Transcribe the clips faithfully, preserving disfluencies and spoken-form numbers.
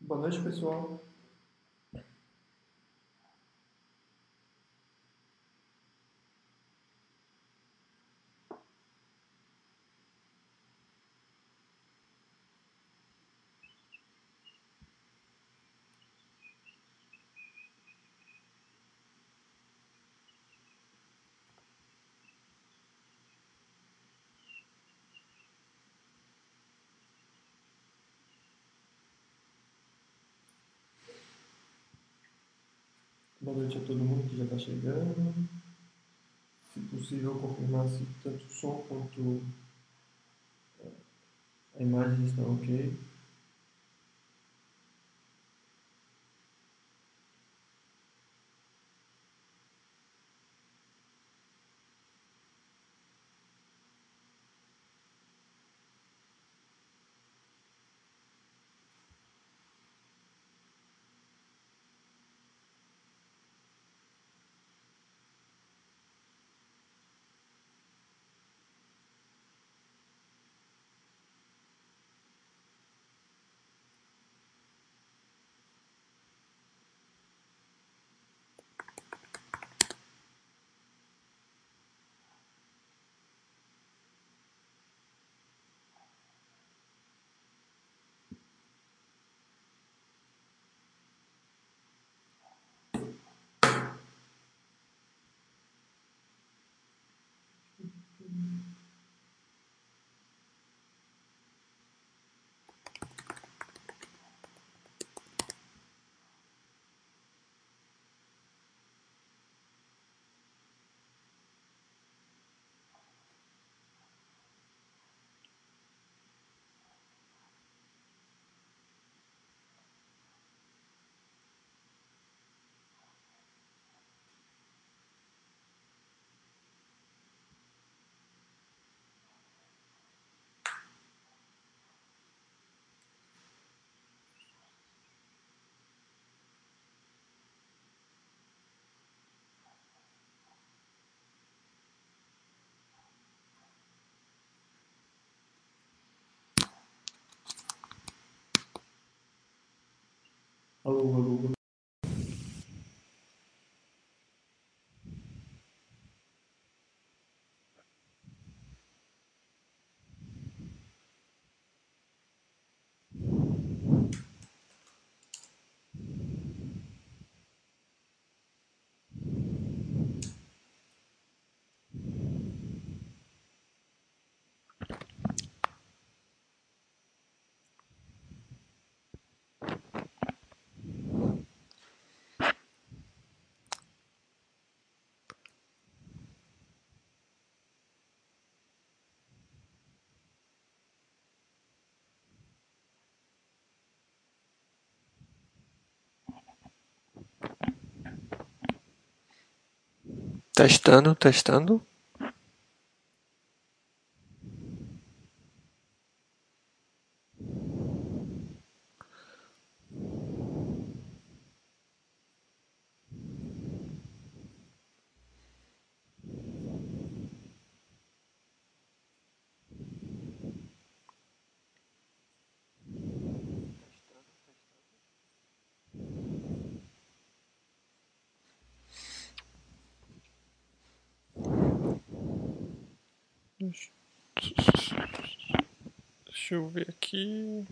Boa noite, pessoal. Boa noite a todo mundo que já está chegando. Se possível, confirmar se tanto o som quanto a imagem estão ok. Alô, alô, alô. Testando, testando. Deixa eu ver aqui.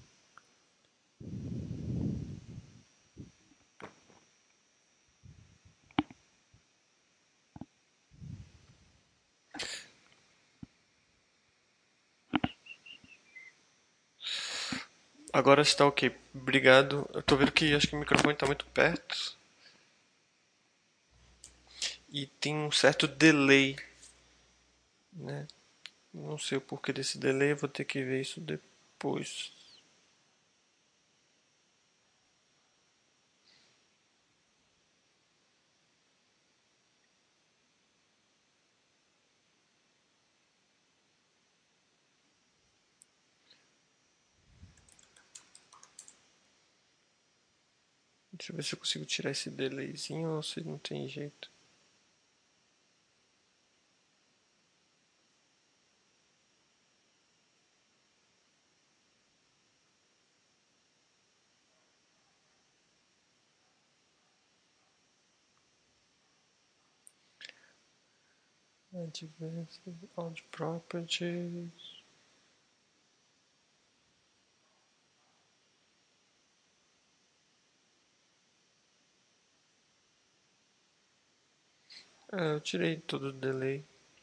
Agora está ok. Obrigado. Eu tô vendo que acho que o microfone está muito perto. E tem um certo delay, né? Não sei o porquê desse delay, vou ter que ver isso depois. Deixa eu ver se eu consigo tirar esse delayzinho ou se não tem jeito. Advanced Audio Properties. É, eu tirei todo o delay.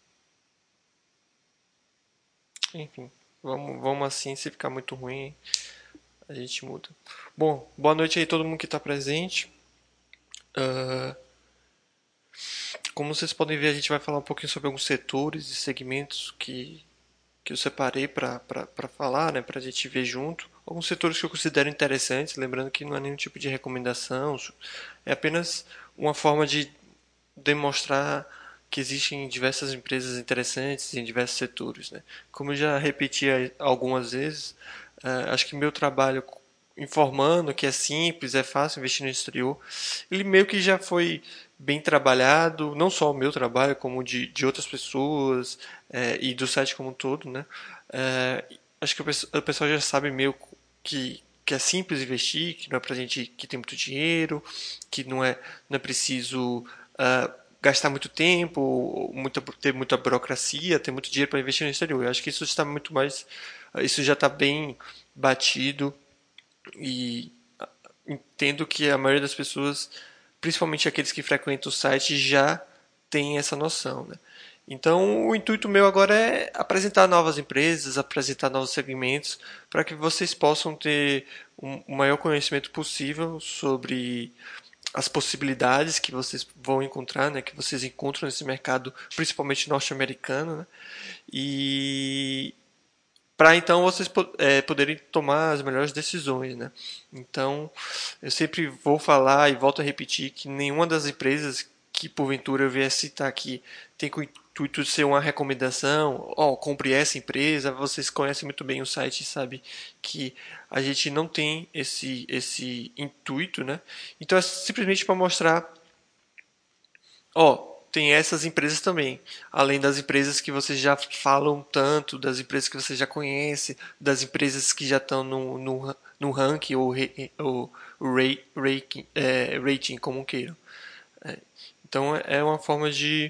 Enfim, vamos, vamos assim, se ficar muito ruim, a gente muda. Bom, boa noite aí todo mundo que está presente. Uh, como vocês podem ver, a gente vai falar um pouquinho sobre alguns setores e segmentos que, que eu separei para falar, né, para a gente ver junto. Alguns setores que eu considero interessantes, lembrando que não é nenhum tipo de recomendação, é apenas uma forma de demonstrar que existem diversas empresas interessantes em diversos setores, né? Como eu já repeti algumas vezes, uh, acho que meu trabalho informando que é simples, é fácil investir no exterior, ele meio que já foi bem trabalhado, não só o meu trabalho, como de, de outras pessoas é, e do site como um todo, né? É, acho que o pessoal já sabe meio que, que é simples investir, que não é pra gente que tem muito dinheiro, que não é, não é preciso uh, gastar muito tempo, muita, ter muita burocracia, ter muito dinheiro para investir no exterior. Eu acho que isso está muito mais, isso já está bem batido e entendo que a maioria das pessoas, principalmente aqueles que frequentam o site, já tem essa noção, né? Então, o intuito meu agora é apresentar novas empresas, apresentar novos segmentos, para que vocês possam ter o maior conhecimento possível sobre as possibilidades que vocês vão encontrar, né, que vocês encontram nesse mercado, principalmente norte-americano, né, e para então vocês é, poderem tomar as melhores decisões, né? Então, eu sempre vou falar e volto a repetir que nenhuma das empresas que porventura eu vier citar aqui tem o intuito de ser uma recomendação, ó, oh, compre essa empresa, vocês conhecem muito bem o site e sabem que a gente não tem esse, esse intuito, né? Então é simplesmente para mostrar, ó, oh, tem essas empresas também, além das empresas que vocês já falam tanto, das empresas que você já conhece, das empresas que já estão no, no, no ranking ou, ou rating, é, rating, como queiram. É, então é uma forma de,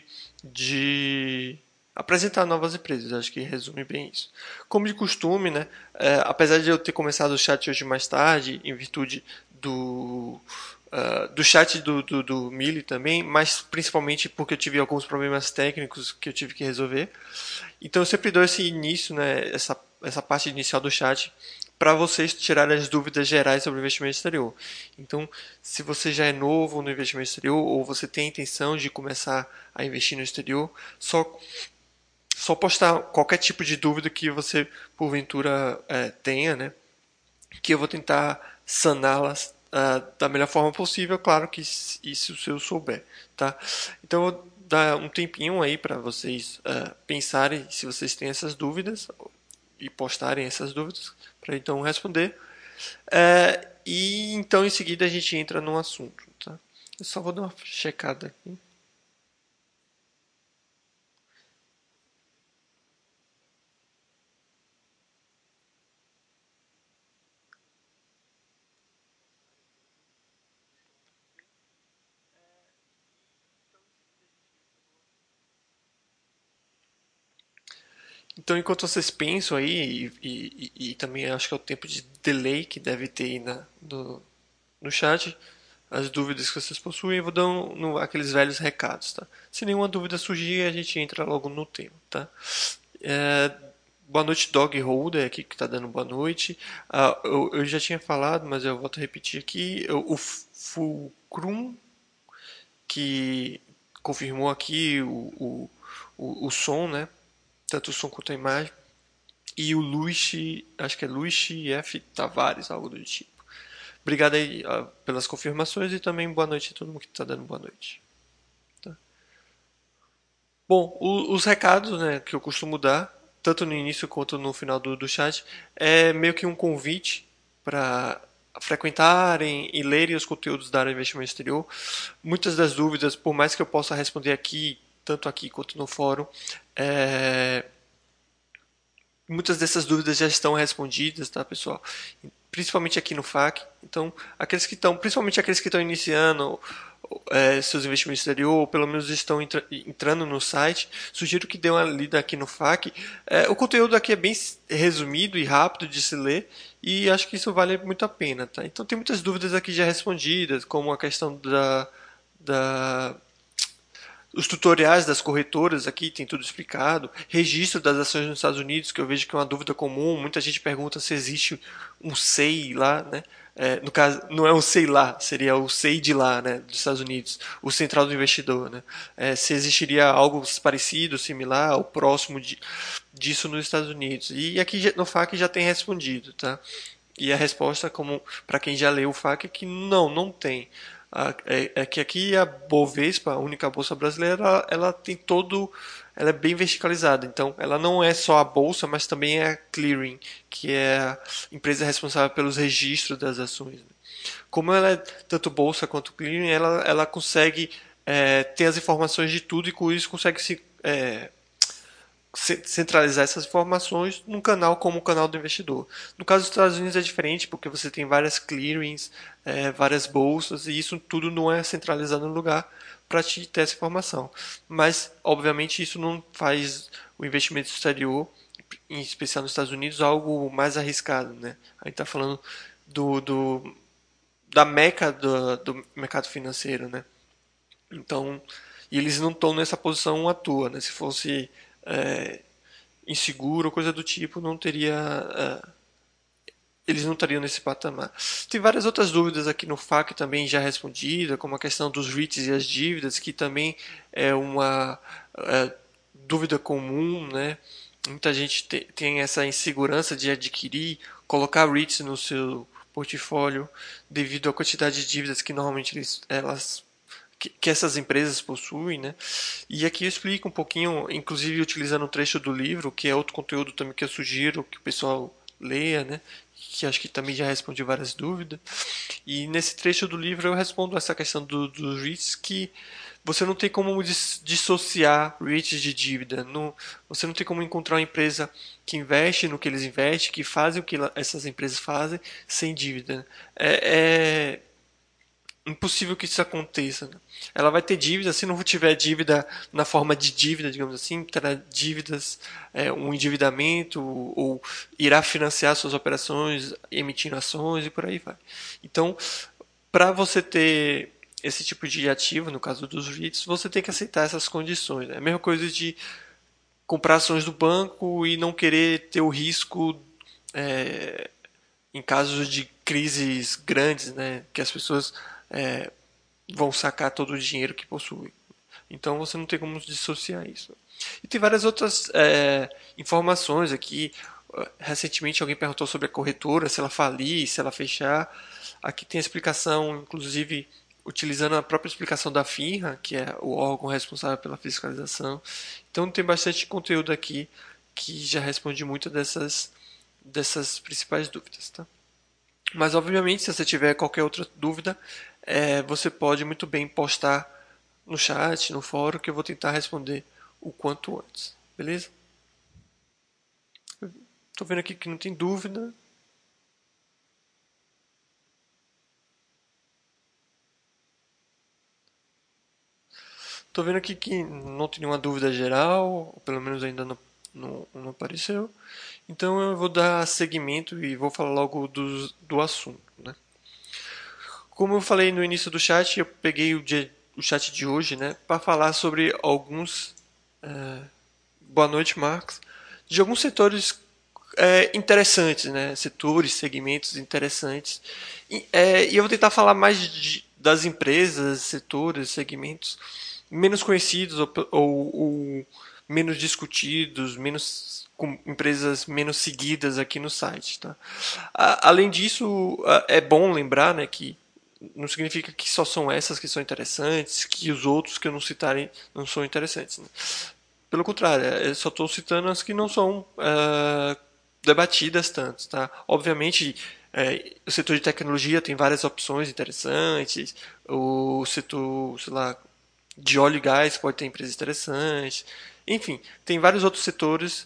de apresentar novas empresas, acho que resume bem isso. Como de costume, né, é, apesar de eu ter começado o chat hoje mais tarde, em virtude do, uh, do chat do, do, do Mili também, mas principalmente porque eu tive alguns problemas técnicos que eu tive que resolver. Então eu sempre dou esse início, né, essa, essa parte inicial do chat, para vocês tirarem as dúvidas gerais sobre o investimento exterior. Então, se você já é novo no investimento exterior ou você tem a intenção de começar a investir no exterior, só, só postar qualquer tipo de dúvida que você porventura é, tenha, né, que eu vou tentar saná-las uh, da melhor forma possível, claro que isso se eu souber, tá? Então eu vou dar um tempinho aí para vocês uh, pensarem se vocês têm essas dúvidas e postarem essas dúvidas para então responder. Uh, e então em seguida a gente entra no assunto, tá? Eu só vou dar uma checada aqui. Então, enquanto vocês pensam aí, e, e, e, e também acho que é o tempo de delay que deve ter aí na, no, no chat, as dúvidas que vocês possuem, eu vou dar um, no, aqueles velhos recados, tá? Se nenhuma dúvida surgir, a gente entra logo no tema, tá? É, boa noite, Dog Holder, aqui que tá dando boa noite. Ah, eu, eu já tinha falado, mas eu volto a repetir aqui, o, o Fulcrum, que confirmou aqui o, o, o, o som, né? Tanto o som quanto a imagem. E o Luiz, acho que é Luiz F. Tavares, algo do tipo. Obrigado aí uh, pelas confirmações e também boa noite a todo mundo que está dando boa noite. Tá? Bom, o, os recados, né, que eu costumo dar, tanto no início quanto no final do, do chat, é meio que um convite para frequentarem e lerem os conteúdos da área de investimento exterior. Muitas das dúvidas, por mais que eu possa responder aqui, tanto aqui quanto no fórum, é, Muitas dessas dúvidas já estão respondidas, tá, pessoal? Principalmente aqui no F A Q. Então, aqueles que estão, principalmente aqueles que estão iniciando é, seus investimentos exterior, ou pelo menos estão entra, entrando no site, sugiro que dê uma lida aqui no F A Q. É, o conteúdo aqui é bem resumido e rápido de se ler, e acho que isso vale muito a pena, tá? Então, tem muitas dúvidas aqui já respondidas, como a questão da, da os tutoriais das corretoras aqui tem tudo explicado. Registro das ações nos Estados Unidos, que eu vejo que é uma dúvida comum. Muita gente pergunta se existe um S E I lá, né? É, no caso, não é um S E I lá, seria o S E I de lá, né? Dos Estados Unidos, o Central do Investidor, né? É, se existiria algo parecido, similar ou próximo de, disso nos Estados Unidos. E aqui no F A Q já tem respondido, tá? E a resposta, como para quem já leu o F A Q, é que não, não tem. É, é que aqui a Bovespa, a única bolsa brasileira, ela, ela tem todo, ela é bem verticalizada. Então, ela não é só a bolsa, mas também é a clearing, que é a empresa responsável pelos registros das ações. Como ela é tanto bolsa quanto clearing, ela, ela consegue é, ter as informações de tudo e com isso consegue se é, centralizar essas informações num canal como o canal do investidor. No caso dos Estados Unidos é diferente porque você tem várias clearings, é, várias bolsas e isso tudo não é centralizado no lugar para te ter essa informação. Mas, obviamente, isso não faz o investimento exterior, em especial nos Estados Unidos, algo mais arriscado. Né? A gente está falando do, do, da meca do, do mercado financeiro. Né? Então, e eles não estão nessa posição à toa. Né? Se fosse é, inseguro ou coisa do tipo, não teria. Uh, eles não estariam nesse patamar. Tem várias outras dúvidas aqui no F A Q também já respondidas, como a questão dos REITs e as dívidas, que também é uma uh, dúvida comum, né? Muita gente te, tem essa insegurança de adquirir, colocar REITs no seu portfólio devido à quantidade de dívidas que normalmente eles, elas que, que essas empresas possuem, né? E aqui eu explico um pouquinho, inclusive utilizando um trecho do livro, que é outro conteúdo também que eu sugiro que o pessoal leia, né? Que acho que também já responde várias dúvidas. E nesse trecho do livro eu respondo essa questão do, dos REITs que você não tem como dissociar REITs de dívida. Não, você não tem como encontrar uma empresa que investe no que eles investem, que fazem o que essas empresas fazem, sem dívida. É, é impossível que isso aconteça. Né? Ela vai ter dívida, se não tiver dívida na forma de dívida, digamos assim, terá dívidas, é, um endividamento, ou irá financiar suas operações, emitindo ações e por aí vai. Então, para você ter esse tipo de ativo, no caso dos REITs, você tem que aceitar essas condições. Né? É a mesma coisa de comprar ações do banco e não querer ter o risco é, em casos de crises grandes, né, que as pessoas é, vão sacar todo o dinheiro que possuem. Então você não tem como dissociar isso. E tem várias outras é, informações aqui. Recentemente alguém perguntou sobre a corretora, se ela falir, se ela fechar. Aqui tem a explicação, inclusive utilizando a própria explicação da FINRA, que é o órgão responsável pela fiscalização. Então tem bastante conteúdo aqui que já responde muito dessas, dessas principais dúvidas. Tá? Mas obviamente, se você tiver qualquer outra dúvida, é, você pode muito bem postar no chat, no fórum, que eu vou tentar responder o quanto antes. Beleza? Tô vendo aqui que não tem dúvida. Tô vendo aqui que não tem nenhuma dúvida geral, ou pelo menos ainda não, não, não apareceu. Então eu vou dar seguimento e vou falar logo do, do assunto. Né? Como eu falei no início do chat, eu peguei o, dia, o chat de hoje né, para falar sobre alguns. É, boa noite, Marcos. De alguns setores é, interessantes, né? Setores, segmentos interessantes. E, é, e eu vou tentar falar mais de, das empresas, setores, segmentos menos conhecidos ou, ou, ou menos discutidos, menos com empresas menos seguidas aqui no site. Tá? A, além disso, é bom lembrar né, que não significa que só são essas que são interessantes, que os outros que eu não citarem não são interessantes. Né? Pelo contrário, eu só estou citando as que não são uh, debatidas tanto. Tá? Obviamente, é, o setor de tecnologia tem várias opções interessantes, o setor, sei lá, de óleo e gás pode ter empresas interessantes. Enfim, tem vários outros setores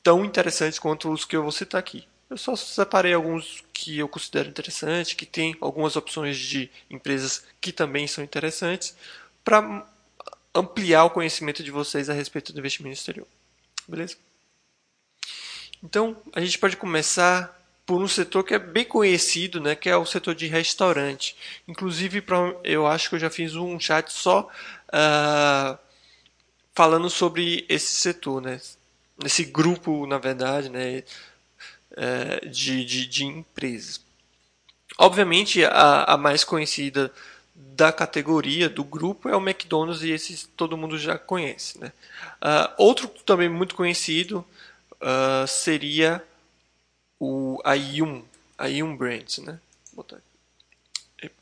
tão interessantes quanto os que eu vou citar aqui. Eu só separei alguns que eu considero interessantes, que tem algumas opções de empresas que também são interessantes, para ampliar o conhecimento de vocês a respeito do investimento exterior. Beleza? Então, a gente pode começar por um setor que é bem conhecido, né, que é o setor de restaurante. Inclusive, pra, eu acho que eu já fiz um chat só uh, falando sobre esse setor, né, esse grupo, na verdade, né, uh, de, de, de empresas. Obviamente, a, a mais conhecida da categoria, do grupo, é o McDonald's, e esse todo mundo já conhece. Né? Uh, outro também muito conhecido uh, seria o, a Yum, a Yum Brands. Né? Vou botar aqui.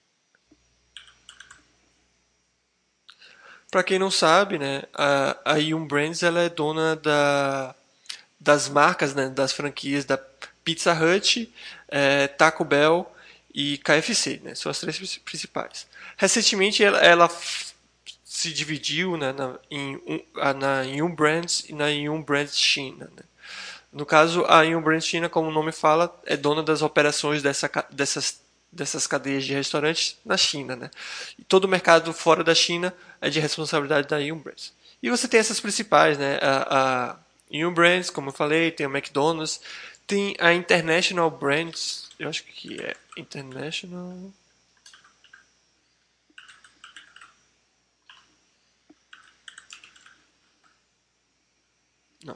Para quem não sabe, né, a, a Yum Brands ela é dona da, das marcas, né, das franquias da Pizza Hut, é, Taco Bell e K F C, né? São as três principais. Recentemente ela, ela se dividiu, né, na, em, um, na Yum Brands e na Yum Brands China. Né? No caso, a Yum Brands China, como o nome fala, é dona das operações dessa, dessas, dessas cadeias de restaurantes na China. Né? E todo o mercado fora da China é de responsabilidade da Yum Brands. E você tem essas principais, né? A, a Yum Brands, como eu falei, tem o McDonald's, tem a International Brands, eu acho que é International. Não.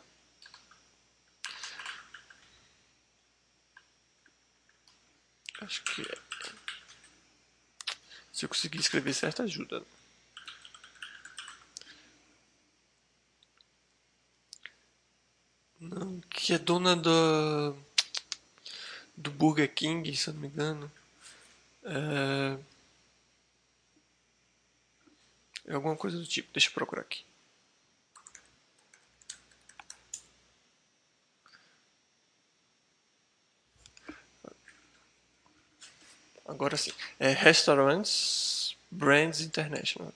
Acho que é. Se eu conseguir escrever certo, ajuda. Não, que é dona do, do Burger King, se eu não me engano. É, é alguma coisa do tipo. Deixa eu procurar aqui. Agora sim. É Restaurants Brands International.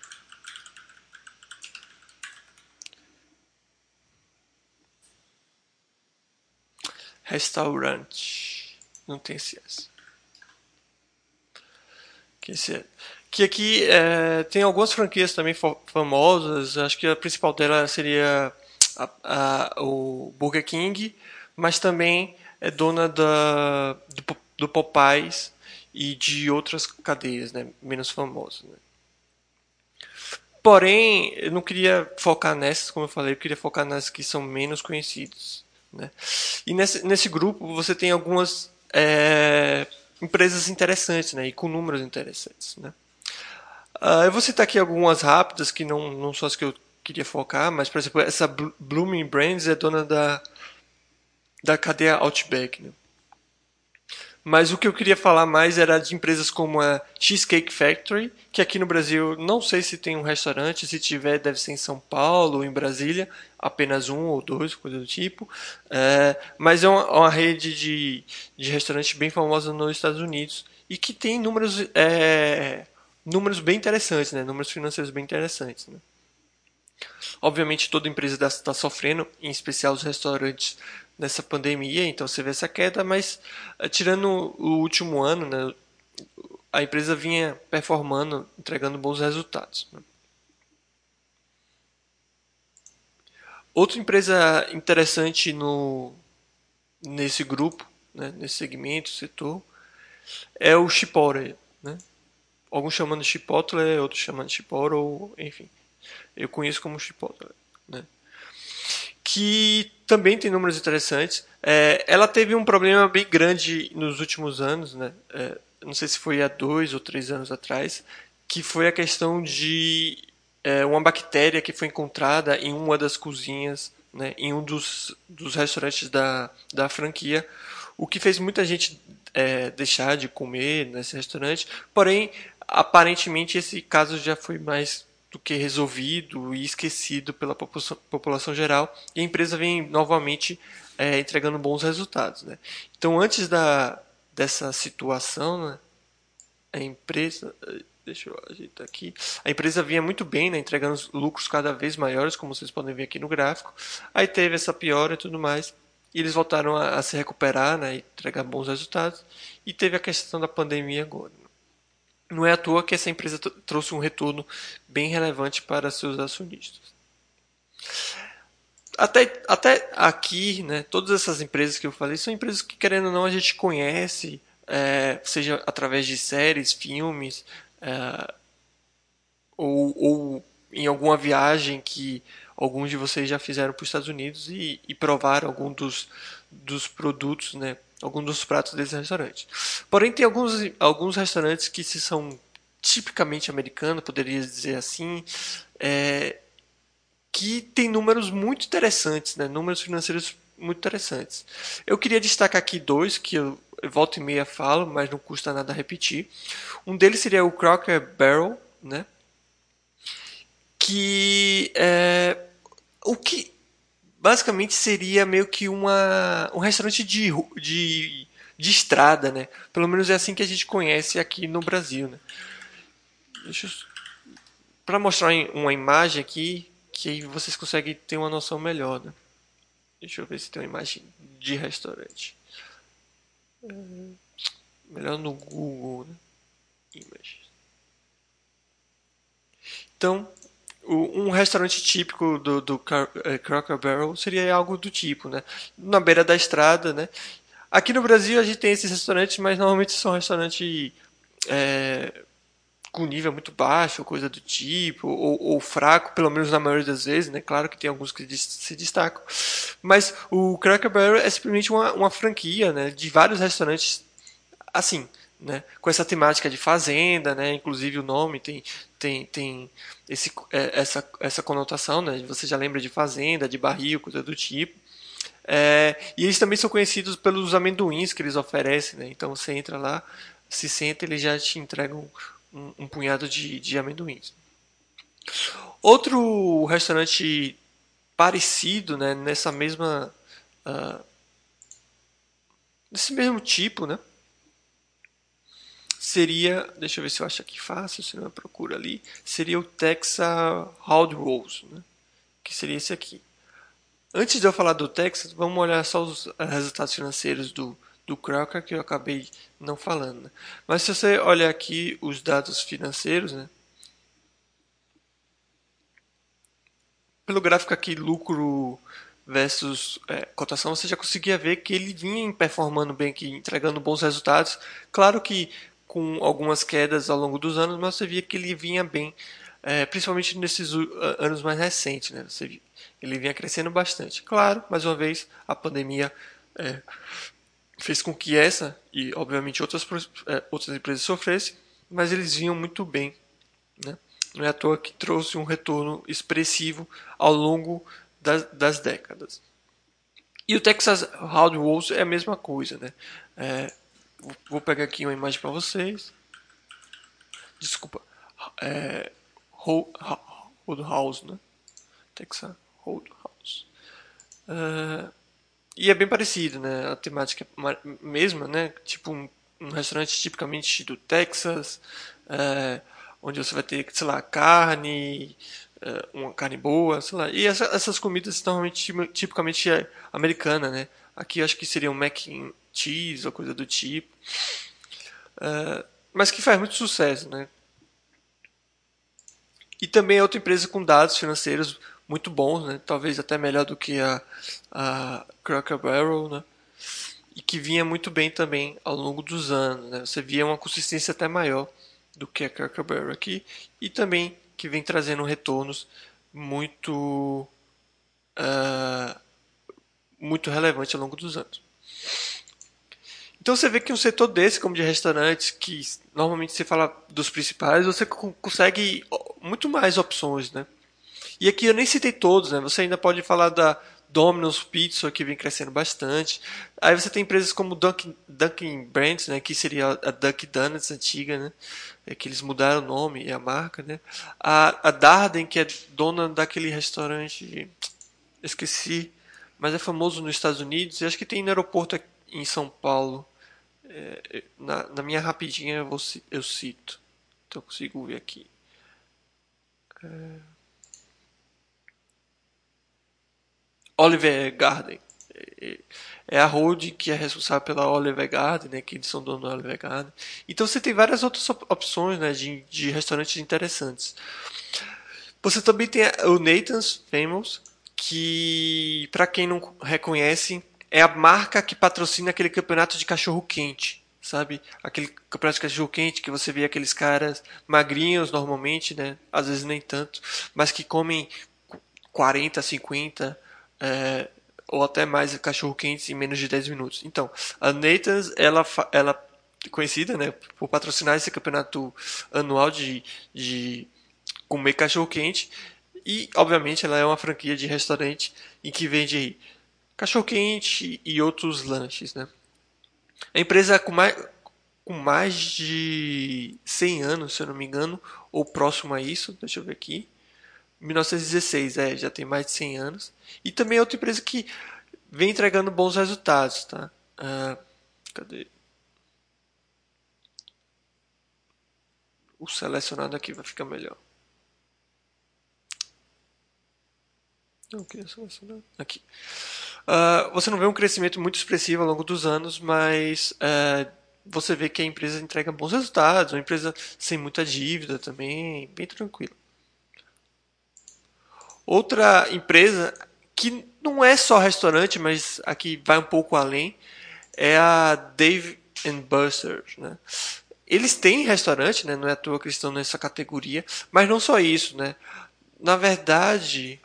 Restaurante. Não tem esse S. Que, esse é. que aqui é, tem algumas franquias também famosas. Acho que a principal dela seria a, a, o Burger King, mas também é dona da, do, do Popeyes e de outras cadeias, né, menos famosas. Né. Porém, eu não queria focar nessas, como eu falei, eu queria focar nas que são menos conhecidas. Né. E nesse, nesse grupo você tem algumas é, empresas interessantes, né, e com números interessantes. Né. Uh, eu vou citar aqui algumas rápidas que não, não são as que eu queria focar, mas, por exemplo, essa Blooming Brands é dona da, da cadeia Outback. Né? Mas o que eu queria falar mais era de empresas como a Cheesecake Factory, que aqui no Brasil não sei se tem um restaurante, se tiver deve ser em São Paulo ou em Brasília, apenas um ou dois, coisa do tipo. É, mas é uma, uma rede de, de restaurantes bem famosa nos Estados Unidos e que tem números, é, números bem interessantes, né? Números financeiros bem interessantes. Né? Obviamente toda empresa está sofrendo, em especial os restaurantes nessa pandemia, então você vê essa queda, mas tirando o último ano, né, a empresa vinha performando, entregando bons resultados. Né. Outra empresa interessante no, nesse grupo, né, nesse segmento, setor, é o Chipotle. Né. Alguns chamando de Chipotle, outros chamando de Chipotle, enfim. Eu conheço como Chipotle. Né. Que também tem números interessantes. É, ela teve um problema bem grande nos últimos anos, né? É, não sei se foi há dois ou três anos atrás, que foi a questão de é, uma bactéria que foi encontrada em uma das cozinhas, né, em um dos, dos restaurantes da, da franquia, o que fez muita gente é, deixar de comer nesse restaurante. Porém, aparentemente esse caso já foi mais do que resolvido e esquecido pela população, população geral, e a empresa vem novamente é, entregando bons resultados. Né? Então, antes da, dessa situação, né, a empresa. Deixa eu ajeitar aqui. A empresa vinha muito bem, né, entregando lucros cada vez maiores, como vocês podem ver aqui no gráfico. Aí teve essa piora e tudo mais. E eles voltaram a, a se recuperar, né, e entregar bons resultados. E teve a questão da pandemia agora. Não é à toa que essa empresa trouxe um retorno bem relevante para seus acionistas. Até, até aqui, né, todas essas empresas que eu falei são empresas que, querendo ou não, a gente conhece, é, seja através de séries, filmes, é, ou, ou em alguma viagem que alguns de vocês já fizeram para os Estados Unidos e, e provaram algum dos, dos produtos, né, algum dos pratos desses restaurantes. Porém, tem alguns, alguns restaurantes que se são tipicamente americanos, poderia dizer assim, é, que tem números muito interessantes, né? Números financeiros muito interessantes. Eu queria destacar aqui dois que eu volta e meia falo, mas não custa nada repetir. Um deles seria o Cracker Barrel, né? Que é o que basicamente seria meio que uma um restaurante de, de, de estrada, né? Pelo menos é assim que a gente conhece aqui no Brasil, né? Deixa eu para mostrar uma imagem aqui que aí vocês conseguem ter uma noção melhor, né? Deixa eu ver se tem uma imagem de restaurante. Melhor no Google, né? Images. Então, um restaurante típico do, do Cracker Barrel seria algo do tipo, né? Na beira da estrada, né? Aqui no Brasil a gente tem esses restaurantes, mas normalmente são restaurantes é, com nível muito baixo, coisa do tipo, ou, ou fraco, pelo menos na maioria das vezes, né? Claro que tem alguns que se destacam. Mas o Cracker Barrel é simplesmente uma, uma franquia, né? De vários restaurantes assim, né? Com essa temática de fazenda, né? Inclusive o nome tem, tem, tem esse, é, essa, essa conotação, né? Você já lembra de fazenda, de barril, coisa do tipo. É, e eles também são conhecidos pelos amendoins que eles oferecem, né? Então você entra lá, se senta, eles já te entregam um, um punhado de, de amendoins. Outro restaurante parecido, né? Nessa mesma, uh, nesse mesmo tipo, né? Seria, deixa eu ver se eu acho aqui fácil, se não eu procuro ali, seria o Texas Roadhouse, né? Que seria esse aqui. Antes de eu falar do Texas, vamos olhar só os resultados financeiros do, do Cracker, que eu acabei não falando. Né? Mas se você olhar aqui os dados financeiros, né? Pelo gráfico aqui, lucro versus é, cotação, você já conseguia ver que ele vinha performando bem aqui, entregando bons resultados. Claro que com algumas quedas ao longo dos anos, mas você via que ele vinha bem, é, principalmente nesses anos mais recentes. Né? Você via, ele vinha crescendo bastante. Claro, mais uma vez, a pandemia é, fez com que essa e, obviamente, outras, é, outras empresas sofressem, mas eles vinham muito bem. Né? Não é à toa que trouxe um retorno expressivo ao longo das, das décadas. E o Texas Roadhouse é a mesma coisa, né? É, vou pegar aqui uma imagem para vocês. Desculpa. É, Roadhouse, né? Texas Roadhouse. É, e é bem parecido, né? A temática é mesma, né? Tipo um, um restaurante tipicamente do Texas, é, onde você vai ter, sei lá, carne, uma carne boa, sei lá. E essa, essas comidas normalmente tipicamente é americana, né? Aqui eu acho que seria um mac and cheese ou coisa do tipo. Uh, mas que faz muito sucesso, né? E também é outra empresa com dados financeiros muito bons, né? Talvez até melhor do que a, a Cracker Barrel, né? E que vinha muito bem também ao longo dos anos, né? Você via uma consistência até maior do que a Cracker Barrel aqui e também que vem trazendo retornos muito uh, muito relevante ao longo dos anos. Então você vê que um setor desse, como de restaurantes, que normalmente você fala dos principais, você consegue muito mais opções, né? E aqui eu nem citei todos, né? Você ainda pode falar da Domino's Pizza, que vem crescendo bastante. Aí você tem empresas como Dunkin', Dunkin' Brands, né? Que seria a Dunkin' Donuts antiga, né? É que eles mudaram o nome e a marca, né? A, a Darden, que é dona daquele restaurante, esqueci, mas é famoso nos Estados Unidos. E acho que tem no aeroporto em São Paulo. É, na, na minha rapidinha eu, vou, eu cito. Então eu consigo ver aqui. Olive Garden. É a holding que é responsável pela Olive Garden, né, que eles são donos da Olive Garden. Então você tem várias outras opções, né, de, de restaurantes interessantes. Você também tem o Nathan's Famous, que, para quem não reconhece, é a marca que patrocina aquele campeonato de cachorro-quente, sabe? Aquele campeonato de cachorro-quente que você vê aqueles caras magrinhos normalmente, né? Às vezes nem tanto, mas que comem quarenta, cinquenta, é, ou até mais cachorro-quentes em menos de dez minutos. Então, a Nathan's, ela, ela é conhecida, né, por patrocinar esse campeonato anual de, de comer cachorro-quente. E, obviamente, ela é uma franquia de restaurante em que vende cachorro-quente e outros lanches, né? A empresa com mais, com mais de cem anos, se eu não me engano, ou próximo a isso, deixa eu ver aqui. mil novecentos e dezesseis, é, já tem mais de cem anos. E também é outra empresa que vem entregando bons resultados, tá? Ah, cadê? O selecionado aqui vai ficar melhor. Não, queria selecionar. Aqui. Uh, você não vê um crescimento muito expressivo ao longo dos anos, mas uh, você vê que a empresa entrega bons resultados, uma empresa sem muita dívida também, bem tranquila. Outra empresa que não é só restaurante, mas aqui vai um pouco além, é a Dave and Buster's, né? Eles têm restaurante, né? Não é à toa que eles estão nessa categoria, mas não só isso, né? Na verdade,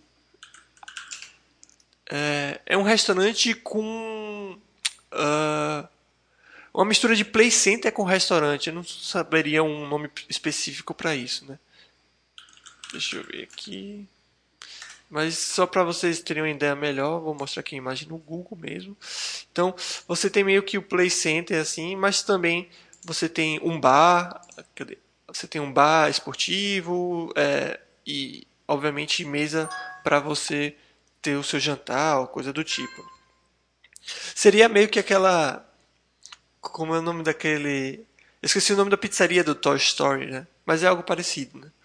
é, é um restaurante com uh, uma mistura de play center com restaurante. Eu não saberia um nome específico para isso, né? Deixa eu ver aqui. Mas só para vocês terem uma ideia melhor, vou mostrar aqui a imagem no Google mesmo. Então, você tem meio que o play center assim, mas também você tem um bar, cadê? Você tem um bar esportivo é, e, obviamente, mesa para você ter o seu jantar ou coisa do tipo. Seria meio que aquela, como é o nome daquele? Eu esqueci o nome da pizzaria do Toy Story, né? Mas é algo parecido, né?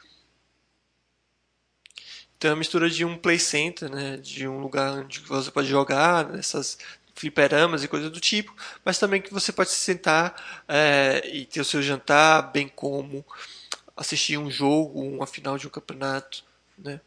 Então é uma mistura de um play center, né? De um lugar onde você pode jogar nessas fliperamas e coisas do tipo, mas também que você pode se sentar é, e ter o seu jantar, bem como assistir um jogo, uma final de um campeonato, né?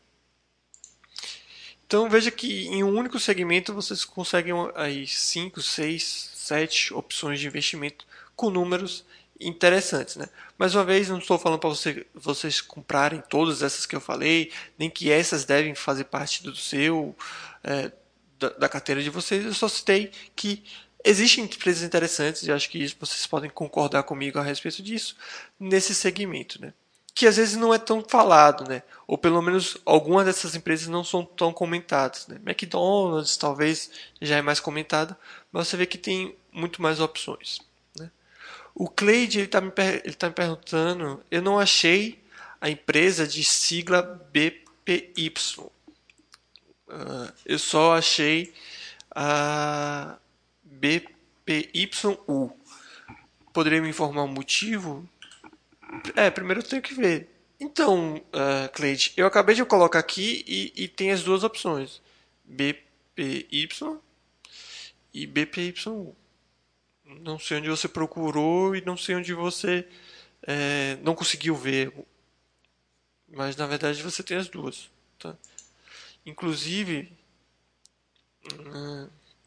Então veja que em um único segmento vocês conseguem aí cinco, seis, sete opções de investimento com números interessantes, né? Mais uma vez, não estou falando para você, vocês comprarem todas essas que eu falei, nem que essas devem fazer parte do seu é, da, da carteira de vocês. Eu só citei que existem empresas interessantes e acho que vocês podem concordar comigo a respeito disso nesse segmento, né? Que às vezes não é tão falado, né? Ou pelo menos algumas dessas empresas não são tão comentadas, né? McDonald's talvez já é mais comentada, mas você vê que tem muito mais opções, né? O Cleide ele está me, ele tá me perguntando, eu não achei a empresa de sigla B P Y. Uh, eu só achei a B P Y U. Poderia me informar o motivo? É, primeiro eu tenho que ver. Então, uh, Cleide, eu acabei de colocar aqui e, e tem as duas opções: B P Y e B P Y U. Não sei onde você procurou e não sei onde você é, não conseguiu ver, mas na verdade você tem as duas. Tá? Inclusive, uh,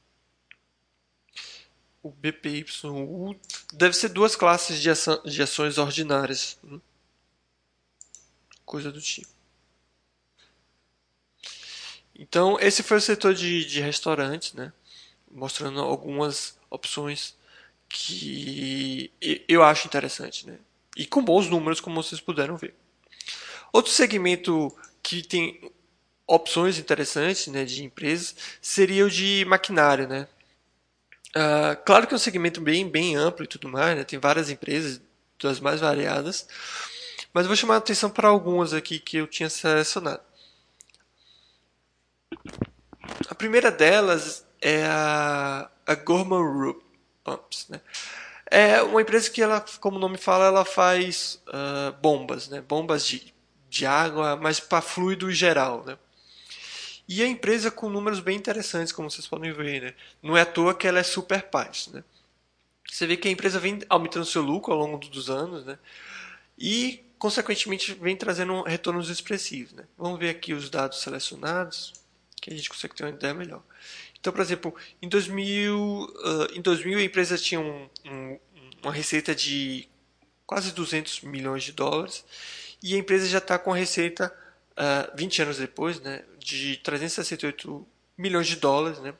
o B P Y U deve ser duas classes de, ação, de ações ordinárias. Hum? Coisa do tipo. Então, esse foi o setor de, de restaurantes, né? Mostrando algumas opções que eu acho interessante, né? E com bons números, como vocês puderam ver. Outro segmento que tem opções interessantes, né, de empresas seria o de maquinário, né? Uh, claro que é um segmento bem, bem amplo e tudo mais, né? Tem várias empresas das mais variadas, mas eu vou chamar a atenção para algumas aqui que eu tinha selecionado. A primeira delas é a, a Gorman Pumps, né? É uma empresa que ela, como o nome fala, ela faz uh, bombas, né? Bombas de, de água, mas para fluido geral, né? E a empresa com números bem interessantes, como vocês podem ver, né? Não é à toa que ela é super paz, né? Você vê que a empresa vem aumentando seu lucro ao longo dos anos, né? E, consequentemente, vem trazendo retornos expressivos, né? Vamos ver aqui os dados selecionados, que a gente consegue ter uma ideia melhor. Então, por exemplo, em dois mil, uh, em dois mil a empresa tinha um, um, uma receita de quase duzentos milhões de dólares e a empresa já está com a receita, uh, vinte anos depois, né, de trezentos e sessenta e oito milhões de dólares, né,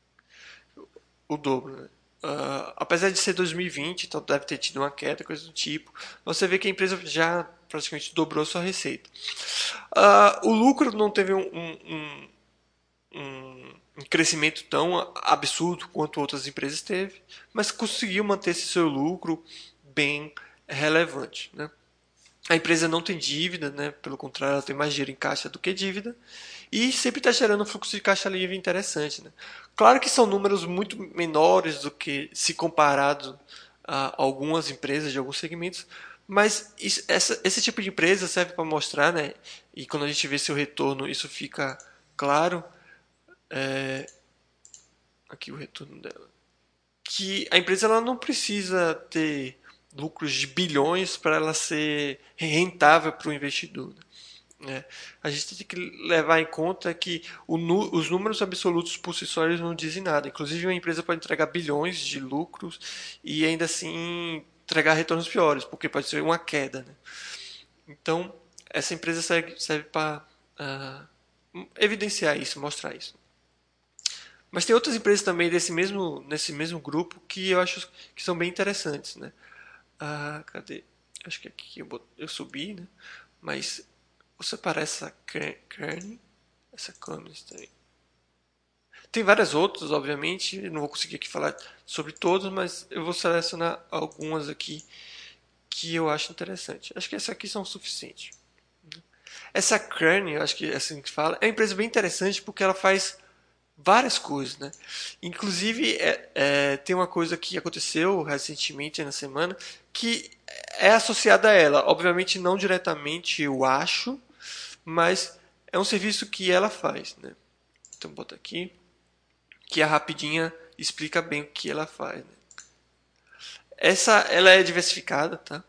o dobro. Né. Uh, apesar de ser dois mil e vinte, então deve ter tido uma queda, coisa do tipo, você vê que a empresa já praticamente dobrou sua receita. Uh, o lucro não teve um, um, um um, um crescimento tão absurdo quanto outras empresas teve, mas conseguiu manter esse seu lucro bem relevante. Né? A empresa não tem dívida, né? Pelo contrário, ela tem mais dinheiro em caixa do que dívida e sempre está gerando um fluxo de caixa livre interessante. Né? Claro que são números muito menores do que se comparado a algumas empresas de alguns segmentos, mas isso, essa, esse tipo de empresa serve para mostrar, né? E quando a gente vê seu retorno, isso fica claro. É, aqui o retorno dela. Que a empresa ela não precisa ter lucros de bilhões para ela ser rentável para o investidor. Né? A gente tem que levar em conta que o, os números absolutos por si só eles não dizem nada. Inclusive, uma empresa pode entregar bilhões de lucros e ainda assim entregar retornos piores, porque pode ser uma queda. Né? Então, essa empresa serve, serve para uh, evidenciar isso, mostrar isso. Mas tem outras empresas também desse mesmo, nesse mesmo grupo que eu acho que são bem interessantes, né? Ah, cadê? Acho que aqui eu, bot... eu subi, né? Mas você parece essa Kearney, essa Cummins também. Tem várias outras, obviamente, não vou conseguir aqui falar sobre todas, mas eu vou selecionar algumas aqui que eu acho interessante. Acho que essas aqui são suficientes. Essa Kearney, eu acho que é assim que fala, é uma empresa bem interessante porque ela faz várias coisas, né? Inclusive, é, é, tem uma coisa que aconteceu recentemente na semana que é associada a ela. Obviamente, não diretamente, eu acho, mas é um serviço que ela faz, né? Então, bota aqui, que a rapidinha explica bem o que ela faz. Né? Essa, ela é diversificada, tá?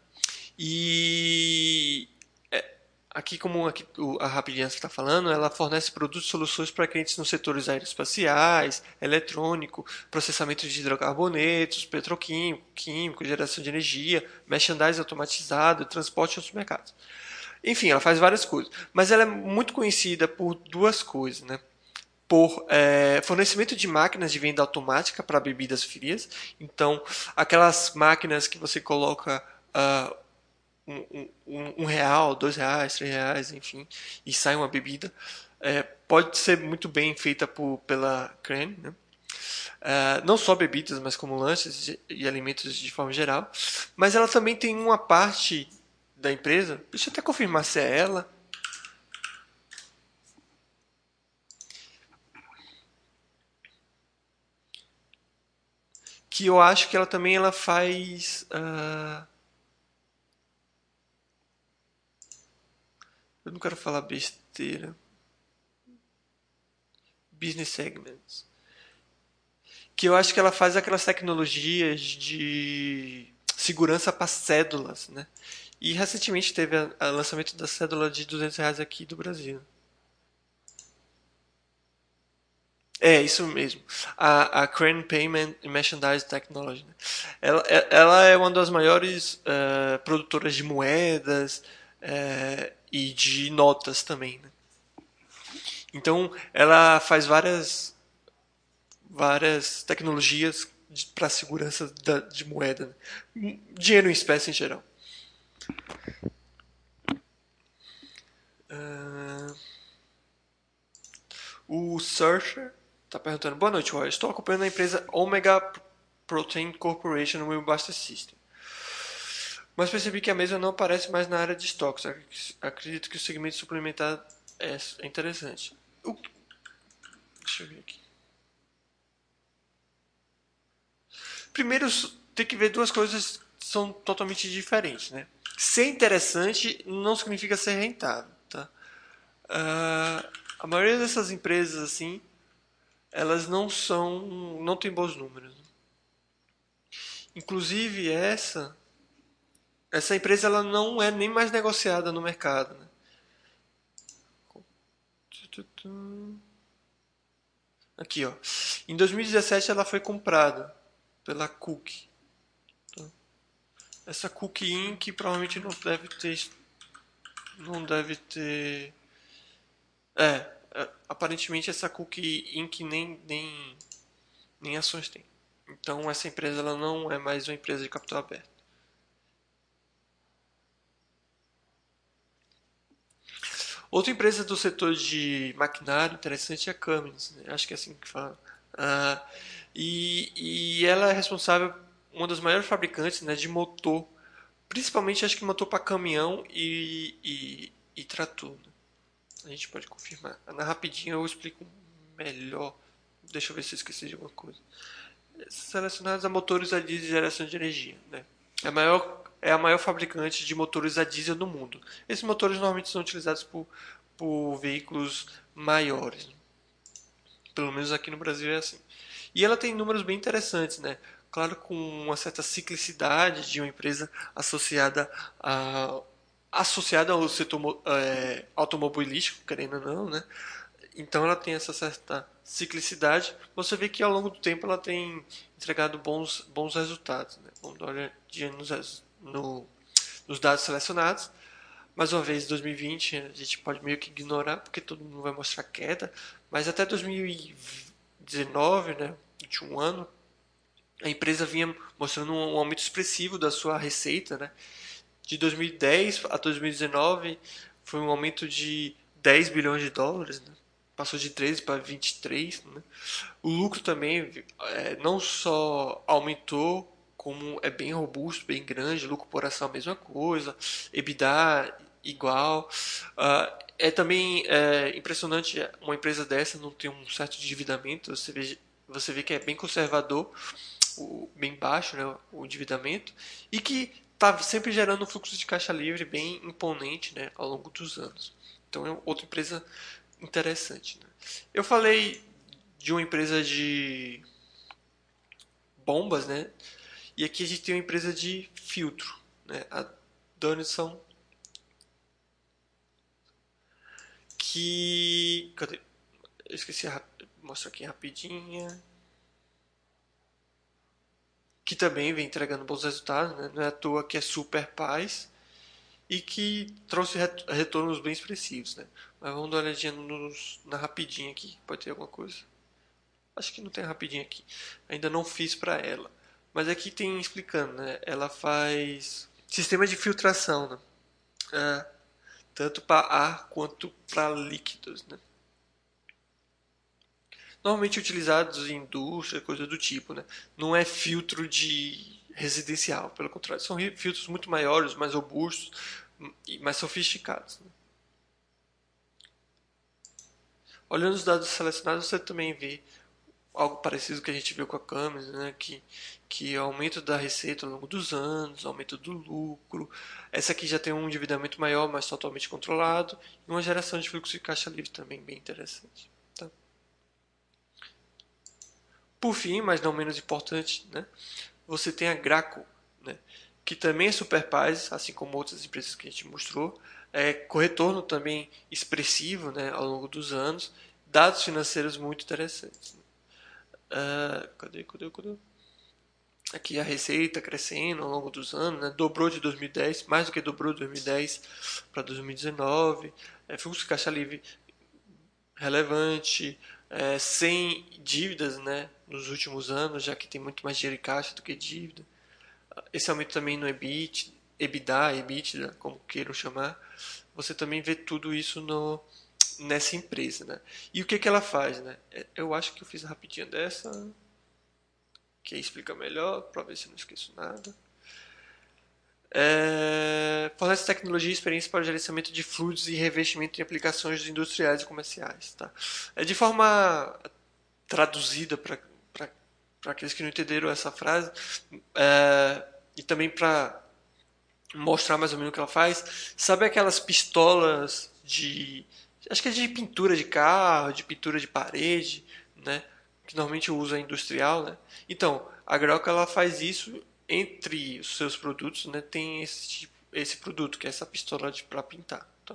E aqui, como aqui a Rapidinha está falando, ela fornece produtos e soluções para clientes nos setores aeroespaciais, eletrônico, processamento de hidrocarbonetos, petroquímico, químico, geração de energia, merchandising automatizado, transporte e outros mercados. Enfim, ela faz várias coisas. Mas ela é muito conhecida por duas coisas, né? Por é, fornecimento de máquinas de venda automática para bebidas frias. Então, aquelas máquinas que você coloca uh, um, um, um real, dois reais, três reais, enfim, e sai uma bebida. É, pode ser muito bem feita por, pela Crane, né? Uh, não só bebidas, mas como lanches e alimentos de forma geral. Mas ela também tem uma parte da empresa, deixa eu até confirmar se é ela. Que eu acho que ela também ela faz. Uh, eu não quero falar besteira. Business segments. Que eu acho que ela faz aquelas tecnologias de segurança para cédulas, né? E recentemente teve o lançamento da cédula de duzentos reais aqui do Brasil. É, isso mesmo. A, a Crane Payment and Merchandise Technology. Né? Ela, ela é uma das maiores uh, produtoras de moedas uh, e de notas também. Né? Então, ela faz várias várias tecnologias para segurança da, de moeda, né? Dinheiro em espécie em geral. Uh, o Searcher está perguntando: boa noite, Roy. Estou acompanhando a empresa Omega Protein Corporation no meu Buster System, mas percebi que a mesma não aparece mais na área de estoques. Acredito que o segmento suplementar é interessante. O... Deixa eu ver aqui. Primeiro, tem que ver duas coisas que são totalmente diferentes, né? Ser interessante não significa ser rentável, tá? Uh, a maioria dessas empresas, assim, elas não são, não tem bons números. Inclusive essa, essa empresa ela não é nem mais negociada no mercado, né? Aqui, ó. Em dois mil e dezessete ela foi comprada pela Cook. Essa Cook Inc provavelmente não deve ter, não deve ter. É, é aparentemente essa Cook Inc nem nem nem ações tem. Então essa empresa ela não é mais uma empresa de capital aberto. Outra empresa do setor de maquinário interessante é a Cummins, né? Acho que é assim que fala. Ah, e, e ela é responsável, uma das maiores fabricantes, né, de motor, principalmente acho que motor para caminhão e, e, e trator, né? A gente pode confirmar. Na rapidinho eu explico melhor. Deixa eu ver se eu esqueci de alguma coisa. Selecionados a motores a diesel de geração de energia, né? É a maior é a maior fabricante de motores a diesel do mundo. Esses motores normalmente são utilizados por, por veículos maiores, né? Pelo menos aqui no Brasil é assim. E ela tem números bem interessantes, né? Claro, com uma certa ciclicidade de uma empresa associada a associada ao setor é, automobilístico, querendo ou não, né? Então ela tem essa certa ciclicidade. Você vê que ao longo do tempo ela tem entregado bons, bons resultados, né? Vamos dar uma olhadinha nos, no, nos dados selecionados. Mais uma vez, dois mil e vinte a gente pode meio que ignorar, porque todo mundo vai mostrar queda, mas até dois mil e dezenove, né, último ano, a empresa vinha mostrando um aumento expressivo da sua receita, né? De dois mil e dez a dois mil e dezenove foi um aumento de dez bilhões de dólares, né? Passou de treze para vinte e três, né? O lucro também é, não só aumentou, como é bem robusto, bem grande, lucro por ação a mesma coisa, EBITDA igual. Uh, é também é, impressionante uma empresa dessa não ter um certo endividamento, você vê, você vê que é bem conservador, o, bem baixo, né, o endividamento, e que está sempre gerando um fluxo de caixa livre bem imponente, né, ao longo dos anos. Então é outra empresa interessante, né? Eu falei de uma empresa de bombas, né? E aqui a gente tem uma empresa de filtro, né? A Donaldson, que cadê? Eu esqueci, mostro aqui rapidinho. Que também vem entregando bons resultados, né? Não é à toa que é super paz e que trouxe retornos bem expressivos, né? Mas vamos dar uma olhadinha nos, na rapidinha aqui, pode ter alguma coisa. Acho que não tem rapidinho aqui. Ainda não fiz para ela. Mas aqui tem explicando, né? Ela faz sistema de filtração, né? É, tanto para ar quanto para líquidos, né? Normalmente utilizados em indústria, coisa do tipo, né? Não é filtro de residencial, pelo contrário, são filtros muito maiores, mais robustos e mais sofisticados, né? Olhando os dados selecionados, você também vê algo parecido que a gente viu com a Cummins, né? que, que aumento da receita ao longo dos anos, aumento do lucro. Essa aqui já tem um endividamento maior, mas totalmente controlado, e uma geração de fluxo de caixa livre também bem interessante. Tá? Por fim, mas não menos importante, né? Você tem a Graco, né? Que também é super paz, assim como outras empresas que a gente mostrou. É, com retorno também expressivo, né, ao longo dos anos, dados financeiros muito interessantes. Uh, cadê, cadê, cadê? Aqui a receita crescendo ao longo dos anos, né? Dobrou de dois mil e dez, mais do que dobrou de dois mil e dez para dois mil e dezenove. É, fluxo de caixa livre relevante, é, sem dívidas, né, nos últimos anos, já que tem muito mais dinheiro em caixa do que dívida. Esse aumento também no EBIT, EBITDA, EBITDA, como queiram chamar. Você também vê tudo isso no, nessa empresa, né? E o que, que ela faz, né? Eu acho que eu fiz rapidinho dessa, que explica melhor, para ver se eu não esqueço nada. É, fornece tecnologia e experiência para o gerenciamento de fluidos e revestimento em aplicações industriais e comerciais. Tá? É de forma traduzida para para aqueles que não entenderam essa frase, é, e também para mostrar mais ou menos o que ela faz. Sabe aquelas pistolas de, acho que é de pintura de carro, de pintura de parede, né? Que normalmente usa industrial, né? Então, a Grauca ela faz isso entre os seus produtos, né? Tem esse tipo, esse produto que é essa pistola para pintar. Tá?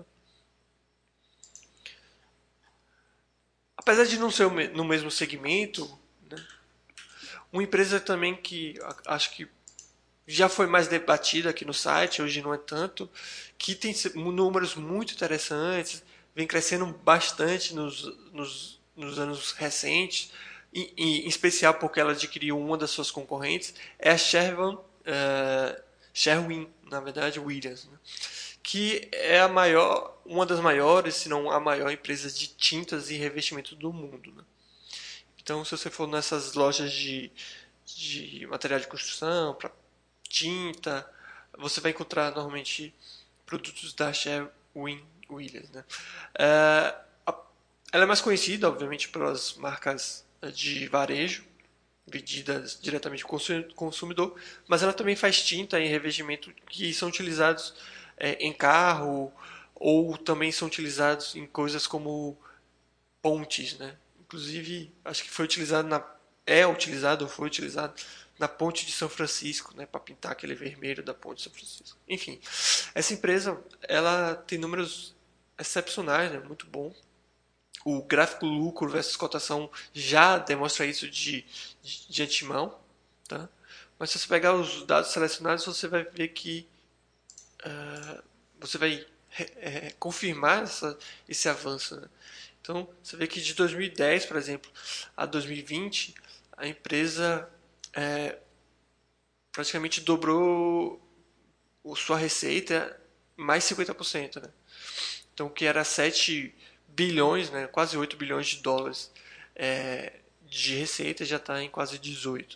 Apesar de não ser no mesmo segmento, né? Uma empresa também que acho que já foi mais debatida aqui no site, hoje não é tanto, que tem números muito interessantes, vem crescendo bastante nos, nos, nos anos recentes, e, e, em especial porque ela adquiriu uma das suas concorrentes, é a Sherwin, uh, Sherwin na verdade, Williams, né? Que é a maior, uma das maiores, se não a maior empresa de tintas e revestimento do mundo. Né? Então, se você for nessas lojas de, de material de construção, para tinta, você vai encontrar normalmente produtos da Sherwin Williams. Né? É, a, ela é mais conhecida, obviamente, pelas marcas de varejo, vendidas diretamente ao consumidor, mas ela também faz tinta e revestimento que são utilizados é, em carro ou também são utilizados em coisas como pontes, né? Inclusive, acho que foi utilizado na é utilizado ou foi utilizado na ponte de São Francisco, né, para pintar aquele vermelho da ponte de São Francisco. Enfim, essa empresa, ela tem números excepcionais, né, muito bom. O gráfico lucro versus cotação já demonstra isso de, de, de antemão, tá? Mas se você pegar os dados selecionados, você vai ver que uh, você vai é, confirmar essa, esse avanço. Né? Então, você vê que de dois mil e dez, por exemplo, a dois mil e vinte, a empresa é, praticamente dobrou a sua receita mais cinquenta por cento. Né? Então, que era sete bilhões, né, quase oito bilhões de dólares é, de receita, já está em quase dezoito.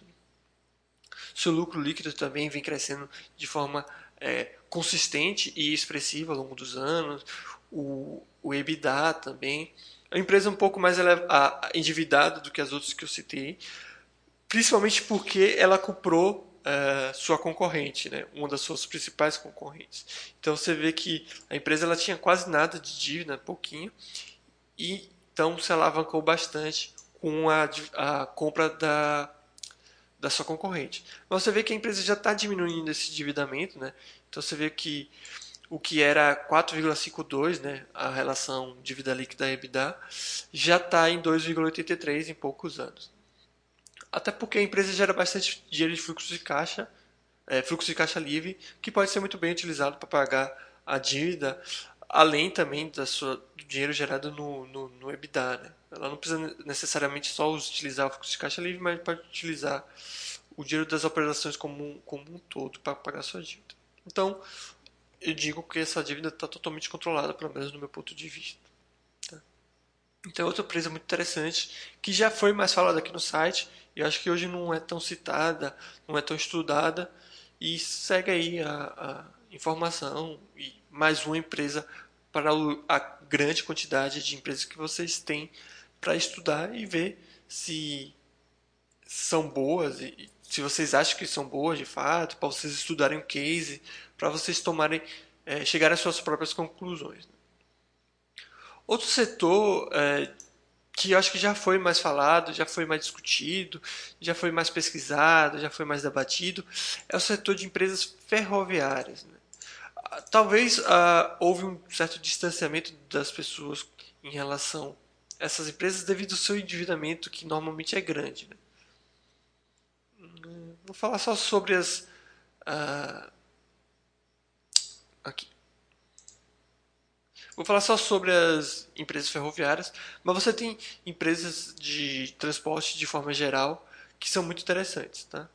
Seu lucro líquido também vem crescendo de forma é, consistente e expressiva ao longo dos anos. O, o EBITDA também. A empresa é um pouco mais endividada do que as outras que eu citei, principalmente porque ela comprou uh, sua concorrente, né? Uma das suas principais concorrentes. Então você vê que a empresa ela tinha quase nada de dívida, pouquinho, e então se alavancou bastante com a, a compra da, da sua concorrente. Mas você vê que a empresa já está diminuindo esse endividamento, né? Então você vê que o que era quatro vírgula cinquenta e dois, né, a relação dívida líquida EBITDA, já está em dois vírgula oitenta e três em poucos anos. Até porque a empresa gera bastante dinheiro de fluxo de caixa, é, fluxo de caixa livre, que pode ser muito bem utilizado para pagar a dívida, além também da sua, do dinheiro gerado no, no, no EBITDA. Né? Ela não precisa necessariamente só utilizar o fluxo de caixa livre, mas pode utilizar o dinheiro das operações como, como um todo para pagar a sua dívida. Então, eu digo que essa dívida está totalmente controlada, pelo menos no meu ponto de vista. Tá? Então é outra empresa muito interessante, que já foi mais falada aqui no site, e acho que hoje não é tão citada, não é tão estudada, e segue aí a, a informação e mais uma empresa para a grande quantidade de empresas que vocês têm para estudar e ver se são boas e se vocês acham que são boas de fato, para vocês estudarem o case, para vocês tomarem, é, chegarem às suas próprias conclusões. Né? Outro setor é, que eu acho que já foi mais falado, já foi mais discutido, já foi mais pesquisado, já foi mais debatido, é o setor de empresas ferroviárias. Né? Talvez ah, houve um certo distanciamento das pessoas em relação a essas empresas devido ao seu endividamento, que normalmente é grande. Né? Vou falar só sobre as. Uh, aqui. Vou falar só sobre as empresas ferroviárias, mas você tem empresas de transporte de forma geral que são muito interessantes, tá?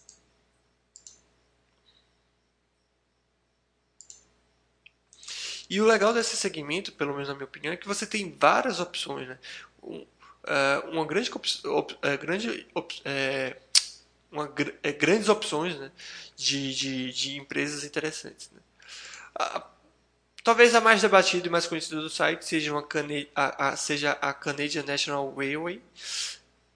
E o legal desse segmento, pelo menos na minha opinião, é que você tem várias opções, né? Um, uh, uma grande, op, uh, grande op, uh, uma, é, grandes opções, né, de, de, de empresas interessantes. Né. A, talvez a mais debatida e mais conhecida do site seja, uma Cane, a, a, seja a Canadian National Railway,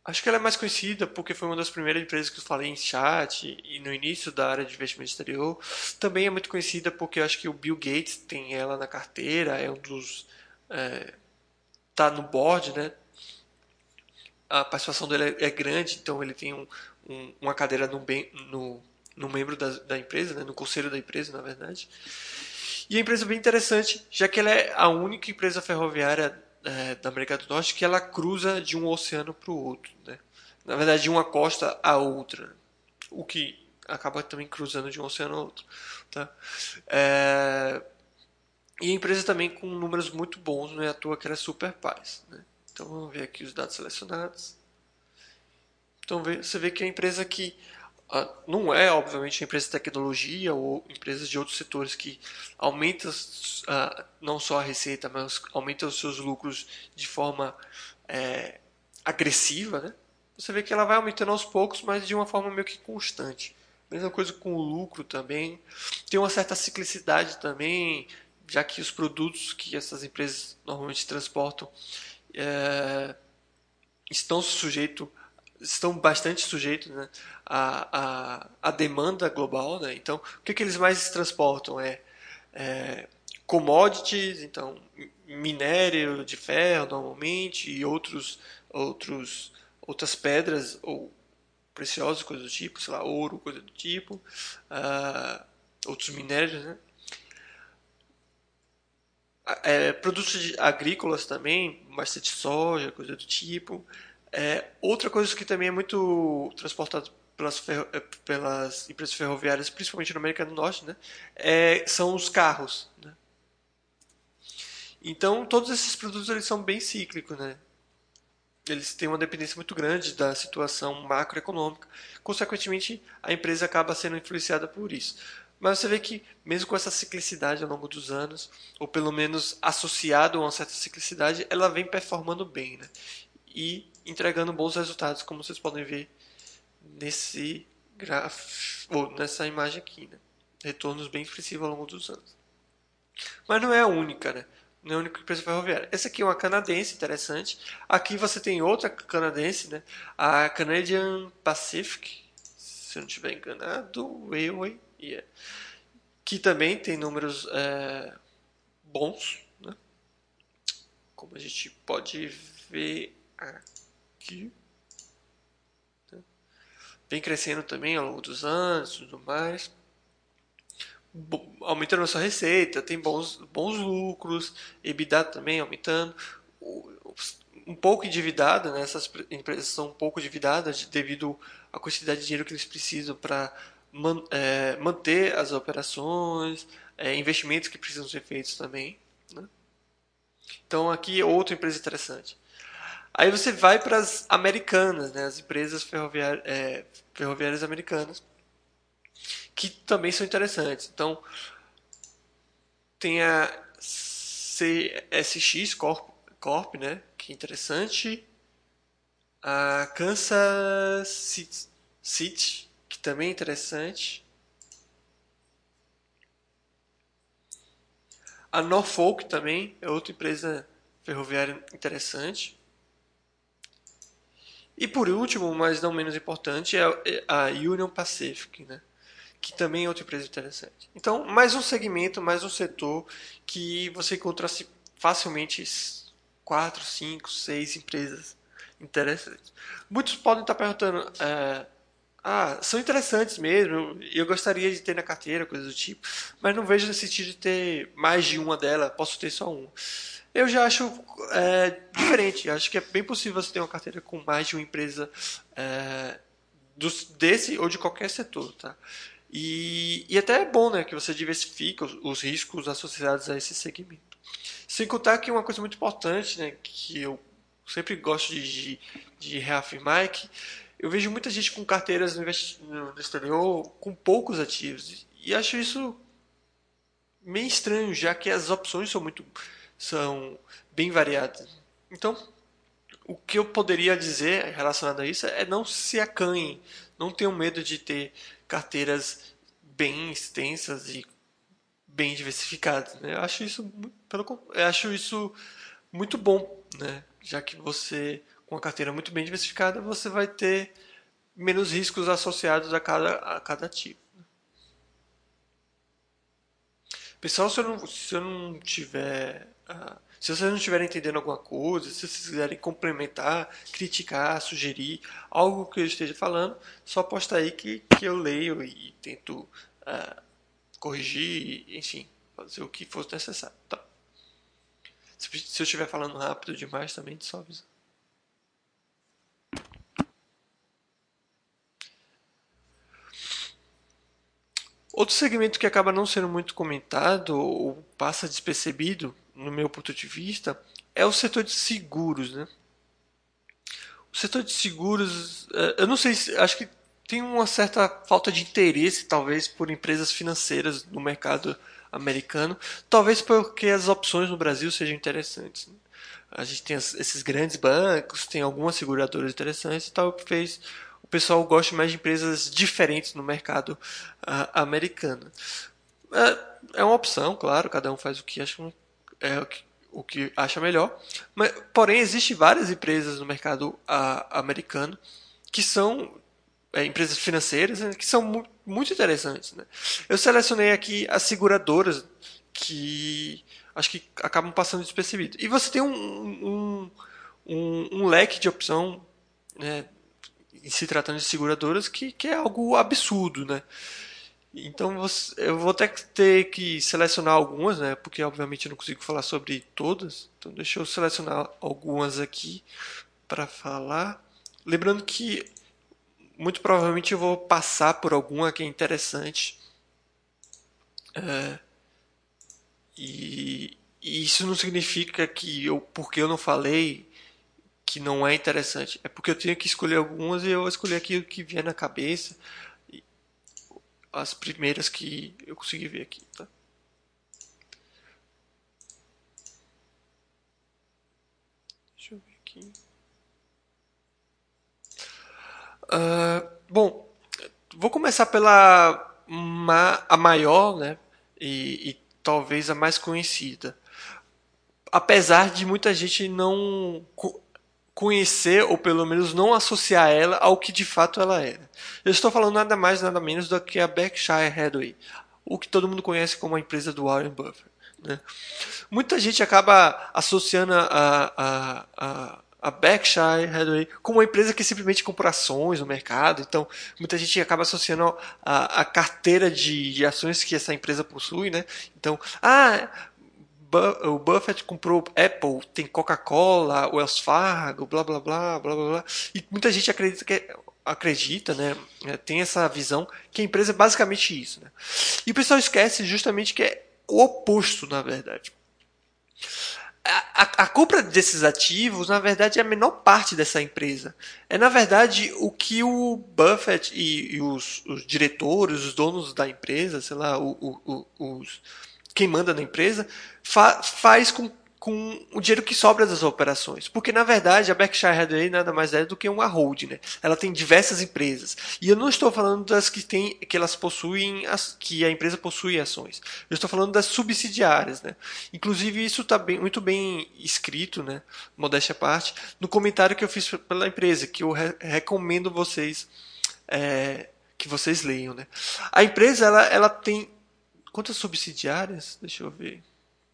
Acho que ela é mais conhecida porque foi uma das primeiras empresas que eu falei em chat e no início da área de investimento exterior. Também é muito conhecida porque eu acho que o Bill Gates tem ela na carteira, é um dos. É, tá no board, né? A participação dele é, é grande, então ele tem um, um, uma cadeira no, bem, no, no membro da, da empresa, né? No conselho da empresa, na verdade. E a empresa é bem interessante, já que ela é a única empresa ferroviária é, da América do Norte que ela cruza de um oceano para o outro, né? Na verdade, de uma costa a outra, o que acaba também cruzando de um oceano a outro, tá? É, e a empresa também com números muito bons, não é à toa que ela é super paz, né? Então vamos ver aqui os dados selecionados. Então você vê que é a empresa que ah, não é, obviamente, uma empresa de tecnologia ou empresas de outros setores que aumentam ah, não só a receita, mas aumentam os seus lucros de forma é, agressiva, né? Você vê que ela vai aumentando aos poucos, mas de uma forma meio que constante. Mesma coisa com o lucro também. Tem uma certa ciclicidade também, já que os produtos que essas empresas normalmente transportam é, estão sujeitos estão bastante sujeitos, né, à, à, à demanda global, né? Então, o que, que eles mais transportam é, é commodities, então minério de ferro normalmente e outros outros outras pedras ou preciosas, coisas do tipo, sei lá, ouro, coisa do tipo, uh, outros minérios, né? É, produtos agrícolas também, bastante soja, coisa do tipo. É, outra coisa que também é muito transportada pelas, ferro, é, pelas empresas ferroviárias, principalmente na América do Norte, né, é, são os carros. Né? Então, todos esses produtos eles são bem cíclicos. Né? Eles têm uma dependência muito grande da situação macroeconômica. Consequentemente, a empresa acaba sendo influenciada por isso. Mas você vê que, mesmo com essa ciclicidade ao longo dos anos, ou pelo menos associado a uma certa ciclicidade, ela vem performando bem, né? E entregando bons resultados, como vocês podem ver nesse gráfico, ou nessa imagem aqui, né? Retornos bem expressivos ao longo dos anos. Mas não é a única, né? Não é a única empresa ferroviária. Essa aqui é uma canadense, interessante. Aqui você tem outra canadense, né? A Canadian Pacific, se eu não estiver enganado, Railway, yeah. Que também tem números é, bons, né? Como a gente pode ver aqui. Né? Vem crescendo também ao longo dos anos e tudo mais. Aumentando a sua receita, tem bons, bons lucros, EBITDA também aumentando. Um pouco endividada, né? Essas empresas são um pouco endividadas devido à quantidade de dinheiro que eles precisam para man, é, manter as operações, é, investimentos que precisam ser feitos também. Né? Então aqui é outra empresa interessante. Aí você vai para as americanas, né? As empresas ferroviárias, é, ferroviárias americanas, que também são interessantes. Então tem a C S X Corp, Corp, né? Que é interessante. A Kansas City, que também é interessante. A Norfolk também é outra empresa ferroviária interessante. E por último, mas não menos importante, é a Union Pacific, né? Que também é outra empresa interessante. Então, mais um segmento, mais um setor que você encontra facilmente quatro, cinco, seis empresas interessantes. Muitos podem estar perguntando, é, ah, são interessantes mesmo, e eu gostaria de ter na carteira, coisas do tipo, mas não vejo necessidade de ter mais de uma dela, posso ter só uma. Eu já acho é, diferente, acho que é bem possível você ter uma carteira com mais de uma empresa é, dos, desse ou de qualquer setor, tá? E, e até é bom, né, que você diversifica os, os riscos associados a esse segmento. Sem contar que uma coisa muito importante, né, que eu sempre gosto de, de, de reafirmar é que eu vejo muita gente com carteiras no, no exterior com poucos ativos. E acho isso meio estranho, já que as opções são muito são bem variadas. Então, o que eu poderia dizer relacionado a isso é não se acanhem, não tenham medo de ter carteiras bem extensas e bem diversificadas. Né? Eu acho isso pelo eu acho isso muito bom, né? Já que você com uma carteira muito bem diversificada, você vai ter menos riscos associados a cada, a cada ativo. Pessoal, se eu não, se eu não tiver. Uh, se vocês não estiverem entendendo alguma coisa, se vocês quiserem complementar, criticar, sugerir algo que eu esteja falando, só posta aí que, que eu leio e tento uh, corrigir, enfim, fazer o que for necessário. Tá? Se, se eu estiver falando rápido demais, também só avisa. Outro segmento que acaba não sendo muito comentado ou passa despercebido, no meu ponto de vista, é o setor de seguros, né? O setor de seguros, eu não sei, se, acho que tem uma certa falta de interesse, talvez, por empresas financeiras no mercado americano, talvez porque as opções no Brasil sejam interessantes. Né? A gente tem esses grandes bancos, tem algumas seguradoras interessantes e tal, que fez o pessoal gosta mais de empresas diferentes no mercado uh, americano. É, é uma opção, claro, cada um faz o que acha, é, o que, o que acha melhor. Mas, porém, existem várias empresas no mercado uh, americano que são é, empresas financeiras né, que são mu muito interessantes. Né? Eu selecionei aqui as seguradoras que acho que acabam passando despercebido. E você tem um, um, um, um leque de opção né, em se tratando de seguradoras, que, que é algo absurdo, né? Então você, eu vou até ter que selecionar algumas, né? Porque obviamente eu não consigo falar sobre todas. Então deixa eu selecionar algumas aqui para falar. Lembrando que muito provavelmente eu vou passar por alguma que é interessante. É, e, e isso não significa que eu, porque eu não falei, que não é interessante. É porque eu tenho que escolher algumas e eu vou escolher aquilo que vier na cabeça. As primeiras que eu consegui ver aqui. Tá? Deixa eu ver aqui. Uh, bom, vou começar pela ma a maior, né? E, e talvez a mais conhecida. Apesar de muita gente não conhecer ou pelo menos não associar ela ao que de fato ela era. Eu estou falando nada mais nada menos do que a Berkshire Hathaway, o que todo mundo conhece como a empresa do Warren Buffett. Né? Muita gente acaba associando a, a, a, a Berkshire Hathaway como uma empresa que simplesmente compra ações no mercado. Então, muita gente acaba associando a, a carteira de, de ações que essa empresa possui. Né? Então, ah, o Buffett comprou Apple, tem Coca-Cola, Wells Fargo, blá blá blá, blá blá blá. E muita gente acredita que acredita, né? Tem essa visão que a empresa é basicamente isso, né? E o pessoal esquece justamente que é o oposto, na verdade. A, a, a compra desses ativos, na verdade, é a menor parte dessa empresa. É, na verdade, o que o Buffett e, e os, os diretores, os donos da empresa, sei lá, o, o, o, os quem manda na empresa, fa faz com, com o dinheiro que sobra das operações. Porque, na verdade, a Berkshire Hathaway nada mais é do que uma holding. Né? Ela tem diversas empresas. E eu não estou falando das que, tem, que elas possuem, as, que a empresa possui ações. Eu estou falando das subsidiárias. Né? Inclusive, isso está bem, muito bem escrito, né? Modéstia à parte, no comentário que eu fiz pela empresa, que eu re recomendo vocês é, que vocês leiam. Né? A empresa ela, ela tem quantas subsidiárias? Deixa eu ver.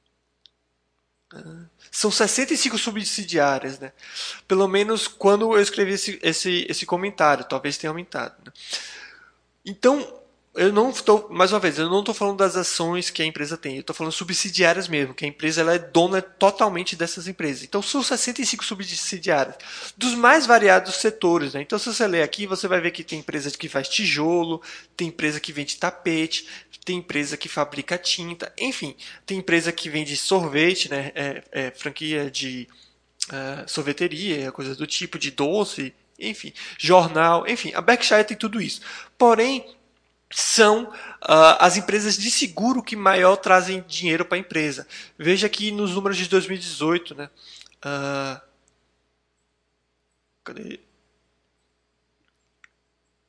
Ah, são sessenta e cinco subsidiárias, né? Pelo menos quando eu escrevi esse, esse, esse comentário. Talvez tenha aumentado. Né? Então, eu não estou, mais uma vez, eu não estou falando das ações que a empresa tem, eu estou falando subsidiárias mesmo, que a empresa ela é dona totalmente dessas empresas. Então são sessenta e cinco subsidiárias, dos mais variados setores. Né? Então se você ler aqui, você vai ver que tem empresa que faz tijolo, tem empresa que vende tapete, tem empresa que fabrica tinta, enfim, tem empresa que vende sorvete, né? é, é, franquia de uh, sorveteria, coisas do tipo, de doce, enfim, jornal, enfim, a Berkshire tem tudo isso. Porém, são uh, as empresas de seguro que maior trazem dinheiro para a empresa. Veja aqui nos números de dois mil e dezoito, né? Uh, cadê?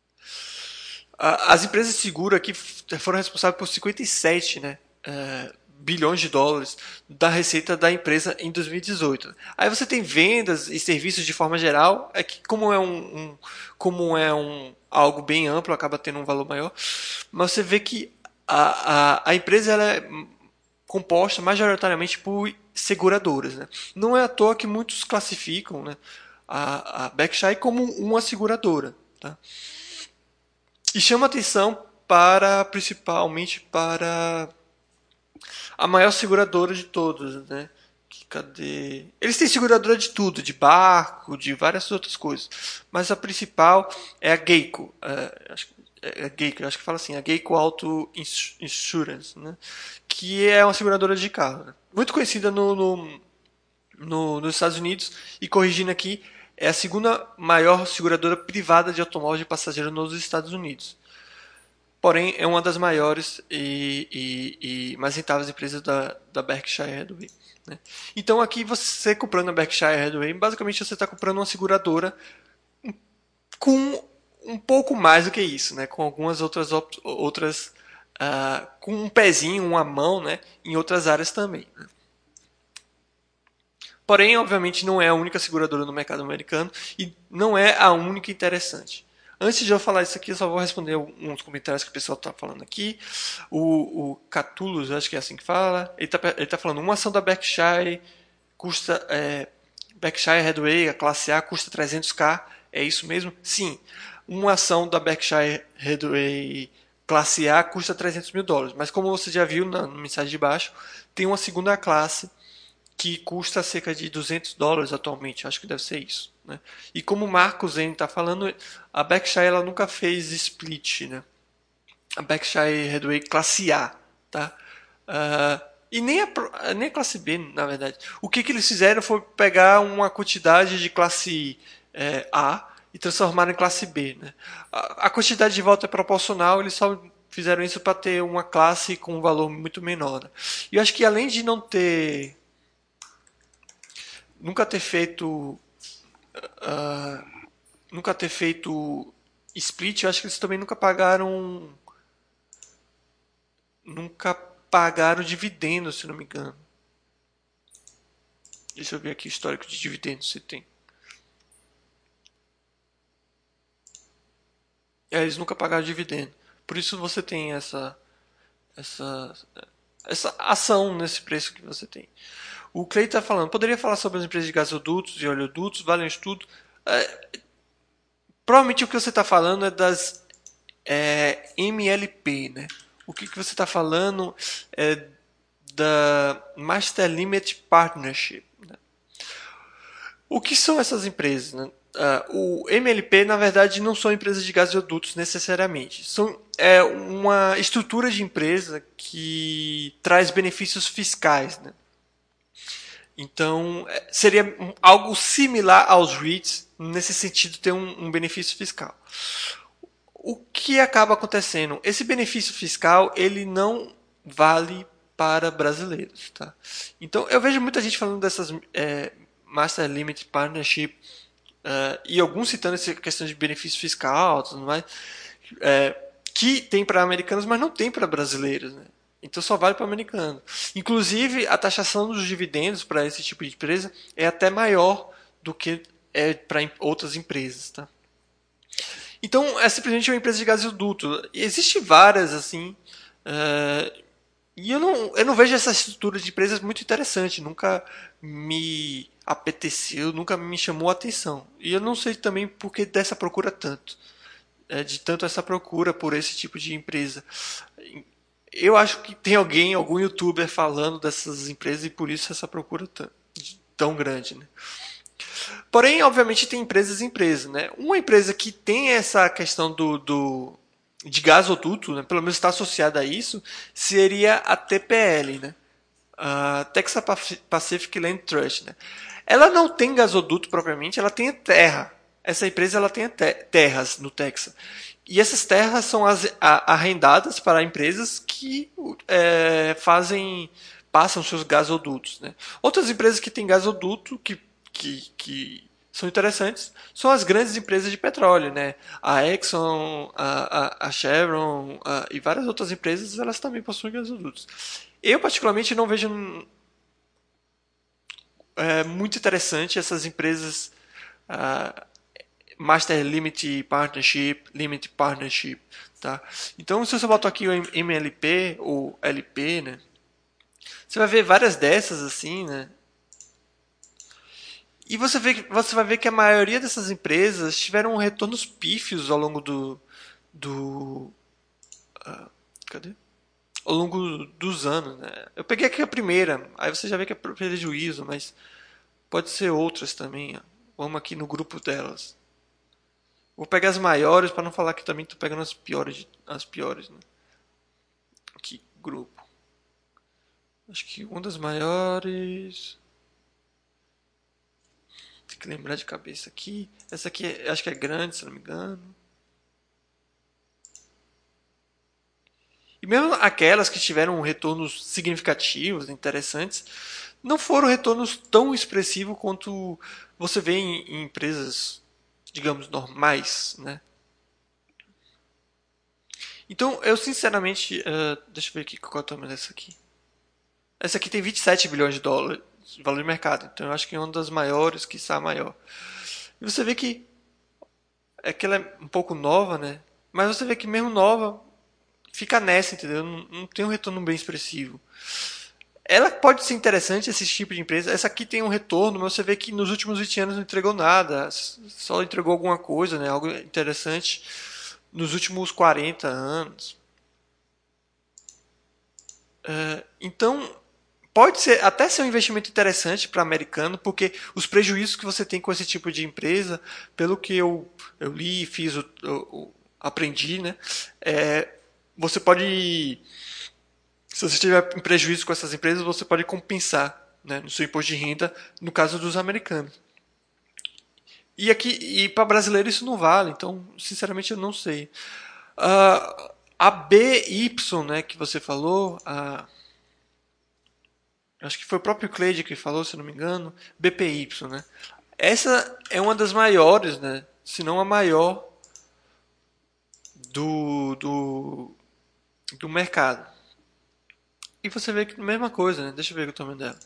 Uh, as empresas de seguro aqui foram responsáveis por cinquenta e sete, né? Uh, bilhões de dólares da receita da empresa em dois mil e dezoito. Aí você tem vendas e serviços de forma geral, é que como é um, um como é um algo bem amplo, acaba tendo um valor maior, mas você vê que a, a, a empresa ela é composta majoritariamente por seguradoras, né? Não é à toa que muitos classificam, né, a, a Berkshire como uma seguradora, tá? E chama atenção para principalmente para a maior seguradora de todas, né? Cadê? Eles têm seguradora de tudo, de barco, de várias outras coisas. Mas a principal é a Geico. É, acho, é a Geico, acho que fala assim, a Geico Auto Insurance, né? Que é uma seguradora de carro, né? Muito conhecida no, no, no, nos Estados Unidos. E corrigindo aqui, é a segunda maior seguradora privada de automóvel de passageiro nos Estados Unidos. Porém, é uma das maiores e, e, e mais rentáveis empresas da, da Berkshire Hathaway, né? Então, aqui você comprando a Berkshire Hathaway, basicamente você está comprando uma seguradora com um pouco mais do que isso, né? Com algumas outras, outras uh, com um pezinho, uma mão, né? Em outras áreas também, né? Porém, obviamente, não é a única seguradora no mercado americano e não é a única interessante. Antes de eu falar isso aqui, eu só vou responder uns comentários que o pessoal está falando aqui. O, o Catulos, acho que é assim que fala, ele está ele tá falando, uma ação da Berkshire custa, é, Berkshire Hathaway, a classe A, custa trezentos k, é isso mesmo? Sim, uma ação da Berkshire Hathaway classe A custa trezentos mil dólares, mas como você já viu na mensagem de baixo, tem uma segunda classe que custa cerca de duzentos dólares atualmente, acho que deve ser isso, né? E como o Marcos Zen está falando, a Berkshire ela nunca fez split, né? A Berkshire Hathaway classe A, tá? Uh, e nem a, nem a classe B, na verdade. O que, que eles fizeram foi pegar uma quantidade de classe é, A e transformar em classe B, né? A, a quantidade de volta é proporcional, eles só fizeram isso para ter uma classe com um valor muito menor, né? E eu acho que além de não ter nunca ter feito uh, nunca ter feito split, eu acho que eles também nunca pagaram nunca pagaram dividendos, se não me engano. Deixa eu ver aqui o histórico de dividendos se tem. É, eles nunca pagaram dividendo. Por isso você tem essa essa essa ação nesse preço que você tem. O Clay está falando, poderia falar sobre as empresas de gasodutos e oleodutos, vale um estudo? É, provavelmente o que você está falando é das é, M L P, né? O que, que você está falando é da Master Limited Partnership, né? O que são essas empresas, né? Uh, o M L P, na verdade, não são empresas de gasodutos necessariamente. São é, uma estrutura de empresa que traz benefícios fiscais, né? Então, seria algo similar aos REITs, nesse sentido, ter um, um benefício fiscal. O que acaba acontecendo? Esse benefício fiscal, ele não vale para brasileiros, tá? Então, eu vejo muita gente falando dessas é, Master Limited Partnership é, e alguns citando essa questão de benefício fiscal, tudo mais, é, que tem para americanos, mas não tem para brasileiros, né? Então só vale para o americano. Inclusive, a taxação dos dividendos para esse tipo de empresa é até maior do que é para outras empresas, tá? Então, é simplesmente uma empresa de gasoduto. Existem várias, assim, uh, e eu não, eu não vejo essa estrutura de empresas muito interessante. Nunca me apeteceu, nunca me chamou a atenção. E eu não sei também por que dessa procura tanto. É, de tanto essa procura por esse tipo de empresa. Eu acho que tem alguém, algum youtuber falando dessas empresas e por isso essa procura tão, tão grande, né? Porém, obviamente, tem empresas e empresas, né? Uma empresa que tem essa questão do, do de gasoduto, né? Pelo menos está associada a isso, seria a T P L, né? A Texas Pacific Land Trust, né? Ela não tem gasoduto propriamente, ela tem terra. Essa empresa ela tem terras no Texas. E essas terras são as, a, arrendadas para empresas que é, fazem, passam seus gasodutos, né? Outras empresas que têm gasoduto, que, que, que são interessantes, são as grandes empresas de petróleo, né? A Exxon, a, a, a Chevron a, e várias outras empresas, elas também possuem gasodutos. Eu, particularmente, não vejo é, muito interessante essas empresas ah, Master Limited Partnership, Limited Partnership, tá? Então, se você botar aqui o M L P ou L P, né? Você vai ver várias dessas assim, né? E você, vê, você vai ver que a maioria dessas empresas tiveram retornos pífios ao longo do. do uh, cadê? Ao longo dos anos, né? Eu peguei aqui a primeira, aí você já vê que é prejuízo, mas pode ser outras também. Ó. Vamos aqui no grupo delas. Vou pegar as maiores para não falar que também estou pegando as piores, as piores, né? Aqui, grupo. Acho que uma das maiores. Tem que lembrar de cabeça aqui. Essa aqui é, acho que é grande, se não me engano. E mesmo aquelas que tiveram retornos significativos, interessantes, não foram retornos tão expressivos quanto você vê em, em empresas, digamos, normais, né? Então, eu sinceramente, uh, deixa eu ver aqui qual é o tamanho dessa aqui. Essa aqui tem vinte e sete bilhões de dólares de valor de mercado, então eu acho que é uma das maiores, quiçá a maior. E você vê que é que ela é um pouco nova, né? Mas você vê que mesmo nova, fica nessa, entendeu? Não, não tem um retorno bem expressivo. Ela pode ser interessante, esse tipo de empresa. Essa aqui tem um retorno, mas você vê que nos últimos vinte anos não entregou nada. Só entregou alguma coisa, né? Algo interessante nos últimos quarenta anos. É, então, pode ser até ser um investimento interessante para americano, porque os prejuízos que você tem com esse tipo de empresa, pelo que eu, eu li, fiz, o, o, aprendi, né? É, você pode, se você tiver prejuízo com essas empresas, você pode compensar, né, no seu imposto de renda, no caso dos americanos. E aqui, e para brasileiro isso não vale, então, sinceramente, eu não sei. Uh, a B Y, né, que você falou, a acho que foi o próprio Cleide que falou, se não me engano, B P Y, né? Essa é uma das maiores, né? Se não a maior do, do, do mercado. E você vê que a mesma coisa, né? Deixa eu ver o tamanho dela.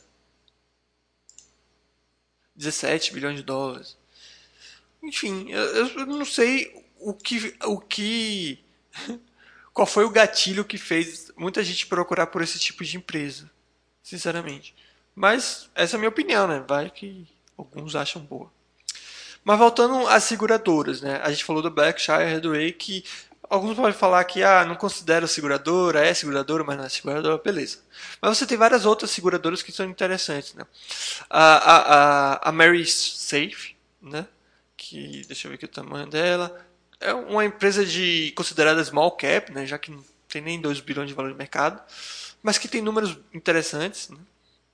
dezessete bilhões de dólares. Enfim, eu, eu não sei o que, o que, qual foi o gatilho que fez muita gente procurar por esse tipo de empresa, sinceramente. Mas essa é a minha opinião, né? Vai que alguns acham boa. Mas voltando às seguradoras, né? A gente falou do Berkshire Hathaway que alguns podem falar que ah, não considera seguradora, é seguradora, mas não é seguradora, beleza. Mas você tem várias outras seguradoras que são interessantes, né? A, a, a, a Mary Safe, né? Que deixa eu ver aqui o tamanho dela. É uma empresa de considerada small cap, né? Já que não tem nem dois bilhões de valor de mercado, mas que tem números interessantes, né?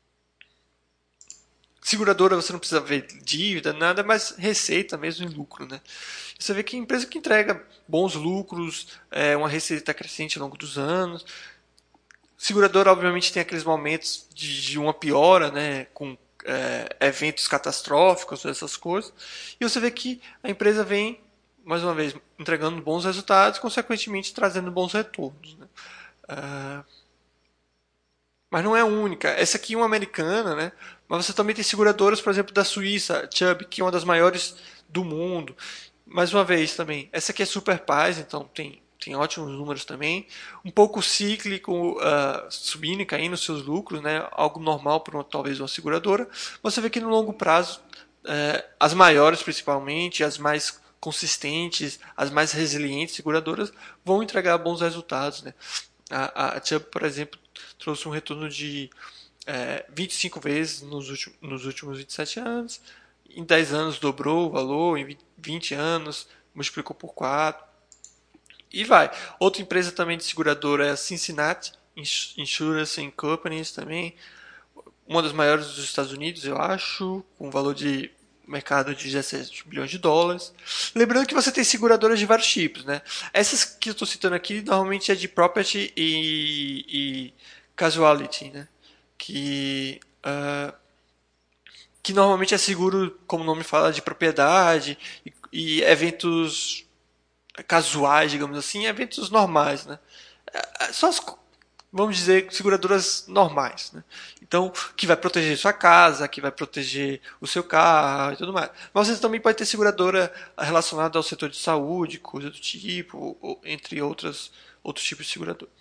Seguradora você não precisa ver dívida, nada, mas receita mesmo e lucro, né? Você vê que é empresa que entrega bons lucros, é, uma receita crescente ao longo dos anos. Seguradora, obviamente, tem aqueles momentos de, de uma piora, né? Com é, eventos catastróficos, essas coisas. E você vê que a empresa vem, mais uma vez, entregando bons resultados, consequentemente trazendo bons retornos, né? Uh, mas não é a única. Essa aqui é uma americana, né? Mas você também tem seguradoras, por exemplo, da Suíça, Chubb, que é uma das maiores do mundo. Mais uma vez também, essa aqui é Super Paz, então tem, tem ótimos números também. Um pouco cíclico, uh, subindo e caindo os seus lucros, né? Algo normal para uma, talvez uma seguradora. Você vê que no longo prazo, uh, as maiores principalmente, as mais consistentes, as mais resilientes seguradoras vão entregar bons resultados, né? A, a Chubb, por exemplo, trouxe um retorno de é, vinte e cinco vezes nos últimos, nos últimos vinte e sete anos. Em dez anos dobrou o valor, em vinte anos multiplicou por quatro. E vai. Outra empresa também de seguradora é a Cincinnati Insurance and Companies também. Uma das maiores dos Estados Unidos, eu acho, com um valor de mercado de dezessete bilhões de dólares. Lembrando que você tem seguradoras de vários tipos, né? Essas que eu estou citando aqui normalmente é de property e, e casualty, né? Que uh, que normalmente é seguro, como o nome fala, de propriedade e, e eventos casuais, digamos assim, eventos normais, né? É, só as, vamos dizer, seguradoras normais, né? Então, que vai proteger sua casa, que vai proteger o seu carro e tudo mais. Mas você também pode ter seguradora relacionada ao setor de saúde, coisa do tipo, ou, entre outras, outros tipos de seguradora.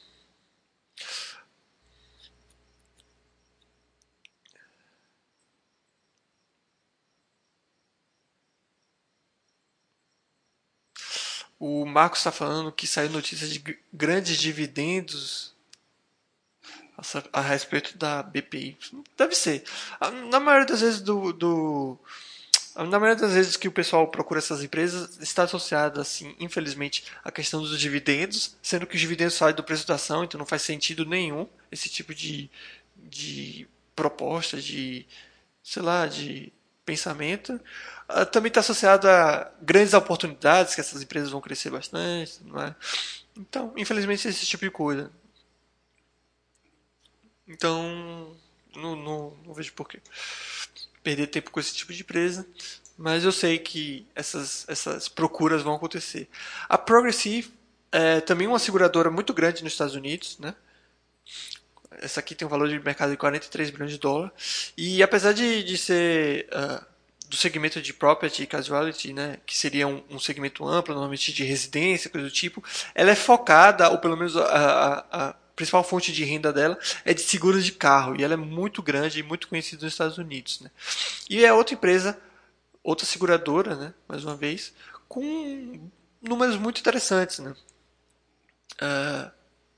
O Marcos está falando que saiu notícia de grandes dividendos a respeito da B P I. Deve ser. Na maioria das vezes do, do na maioria das vezes que o pessoal procura essas empresas está associada assim, infelizmente, à questão dos dividendos, sendo que os dividendos saem do preço da ação, então não faz sentido nenhum esse tipo de, de proposta, de sei lá, de pensamento. Uh, também está associado a grandes oportunidades que essas empresas vão crescer bastante, não é? Então, infelizmente, esse tipo de coisa. Então, não, não, não vejo porquê perder tempo com esse tipo de empresa, mas eu sei que essas, essas procuras vão acontecer. A Progressive é também uma seguradora muito grande nos Estados Unidos, né? Essa aqui tem um valor de mercado de quarenta e três bilhões de dólares. E apesar de, de ser uh, do segmento de property e casualty, né, que seria um, um segmento amplo, normalmente de residência, coisa do tipo, ela é focada, ou pelo menos a, a, a principal fonte de renda dela é de seguros de carro. E ela é muito grande e muito conhecida nos Estados Unidos. Né? E é outra empresa, outra seguradora, né, mais uma vez, com números muito interessantes. Né? Uh,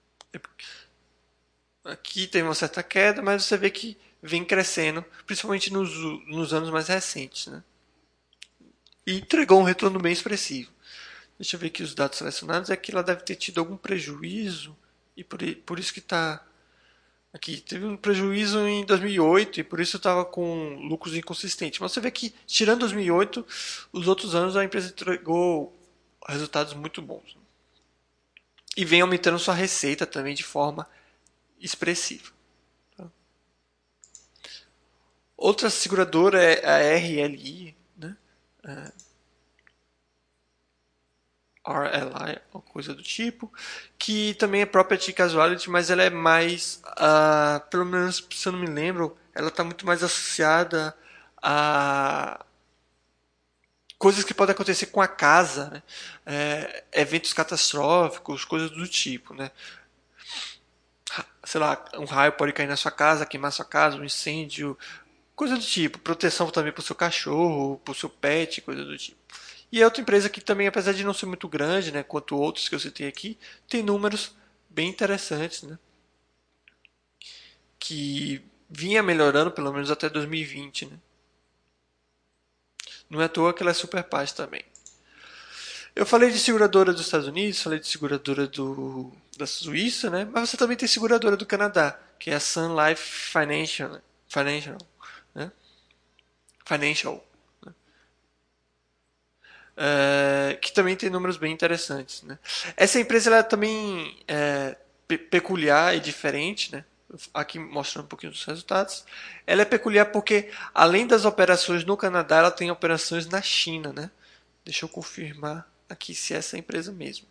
Aqui tem uma certa queda, mas você vê que vem crescendo, principalmente nos, nos anos mais recentes. Né? E entregou um retorno bem expressivo. Deixa eu ver aqui os dados selecionados. É que ela deve ter tido algum prejuízo, e por, por isso que está aqui. Teve um prejuízo em dois mil e oito e por isso estava com lucros inconsistentes. Mas você vê que, tirando dois mil e oito, os outros anos a empresa entregou resultados muito bons. E vem aumentando sua receita também de forma expressiva. Outra seguradora é a R L I, né? R L I, ou coisa do tipo, que também é property casualty, mas ela é mais, uh, pelo menos se eu não me lembro, ela está muito mais associada a coisas que podem acontecer com a casa, né? É, eventos catastróficos, coisas do tipo, né? Sei lá, um raio pode cair na sua casa, queimar sua casa, um incêndio, coisa do tipo. Proteção também para o seu cachorro, para o seu pet, coisa do tipo. E é outra empresa que também, apesar de não ser muito grande, né, quanto outros que eu citei aqui, tem números bem interessantes, né, que vinha melhorando pelo menos até dois mil e vinte. Né. Não é à toa que ela é super paz também. Eu falei de seguradora dos Estados Unidos, falei de seguradora do, da Suíça, né, mas você também tem seguradora do Canadá, que é a Sun Life Financial, Financial, né, Financial, é, que também tem números bem interessantes. Né? Essa empresa ela também é pe peculiar e diferente, né? Aqui mostrando um pouquinho dos resultados. Ela é peculiar porque, além das operações no Canadá, ela tem operações na China. Né? Deixa eu confirmar aqui se é essa empresa mesmo.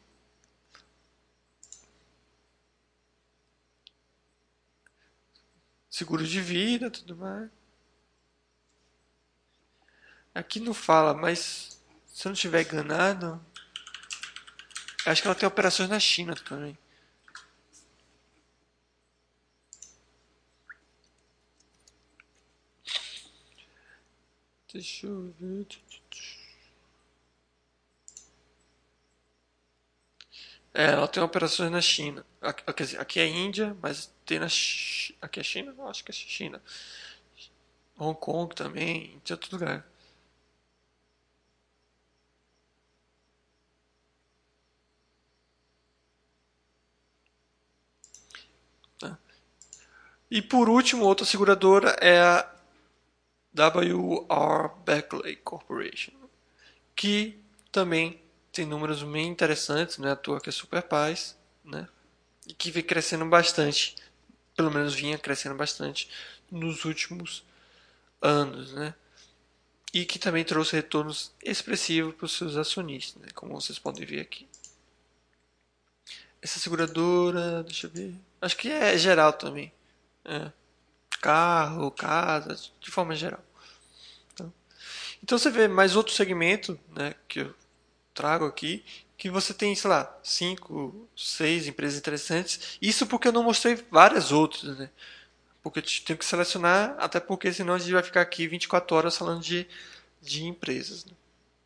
Seguro de vida, tudo mais. Aqui não fala, mas se eu não estiver enganado, acho que ela tem operações na China também. Deixa eu ver. É, ela tem operações na China. Aqui, quer dizer, aqui é Índia, mas tem na Chi- aqui é China? Não, acho que é China. Hong Kong também, tem outro lugar. Tá? E por último, outra seguradora é a W R Beckley Corporation, que também tem números bem interessantes, né? À toa que é super paz, né? E que vem crescendo bastante, pelo menos vinha crescendo bastante nos últimos anos, né? E que também trouxe retornos expressivos para os seus acionistas, né? Como vocês podem ver aqui. Essa seguradora, deixa eu ver. Acho que é geral também. É. Carro, casa, de forma geral. Então, então você vê mais outro segmento, né, que eu trago aqui, que você tem, sei lá, cinco, seis empresas interessantes. Isso porque eu não mostrei várias outras, né? Porque eu tenho que selecionar, até porque senão a gente vai ficar aqui vinte e quatro horas falando de, de empresas. Né?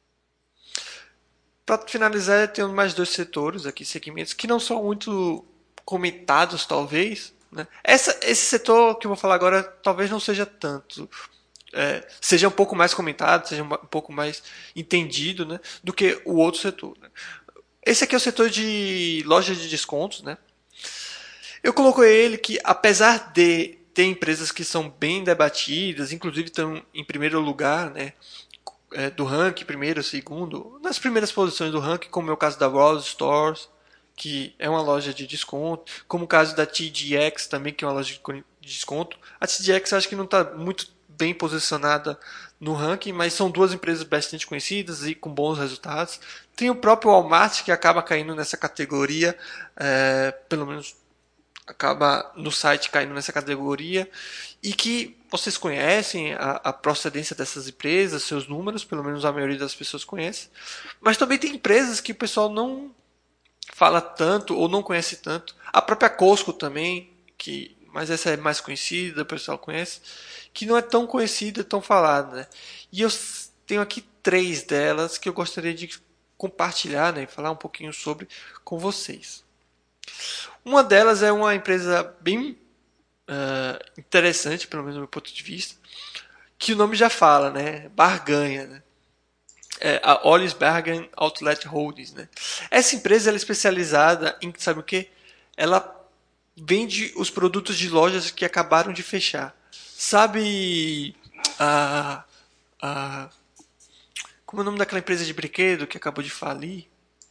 Para finalizar, eu tenho mais dois setores aqui, segmentos, que não são muito comentados, talvez. Né? Essa, esse setor que eu vou falar agora talvez não seja tanto. É, seja um pouco mais comentado, seja um pouco mais entendido, né, do que o outro setor. Né? Esse aqui é o setor de lojas de descontos. Né? Eu coloquei ele que, apesar de ter empresas que são bem debatidas, inclusive estão em primeiro lugar, né, é, do ranking, primeiro, segundo, nas primeiras posições do ranking, como é o caso da Ross Stores, que é uma loja de desconto, como o caso da T G X também, que é uma loja de desconto. A T G X acho que não está muito bem posicionada no ranking, mas são duas empresas bastante conhecidas e com bons resultados. Tem o próprio Walmart, que acaba caindo nessa categoria, é, pelo menos acaba no site caindo nessa categoria, e que vocês conhecem a, a procedência dessas empresas, seus números, pelo menos a maioria das pessoas conhece. Mas também tem empresas que o pessoal não fala tanto ou não conhece tanto. A própria Costco também, que mas essa é mais conhecida, o pessoal conhece, que não é tão conhecida, tão falada, né? E eu tenho aqui três delas que eu gostaria de compartilhar, né, e falar um pouquinho sobre com vocês. Uma delas é uma empresa bem uh, interessante, pelo menos do meu ponto de vista, que o nome já fala, né? Barganha, né? É a Ollie's Bargain Outlet Holdings, né? Essa empresa ela é especializada em, sabe o quê? Ela vende os produtos de lojas que acabaram de fechar. Sabe a, a como é o nome daquela empresa de brinquedo que acabou de falir?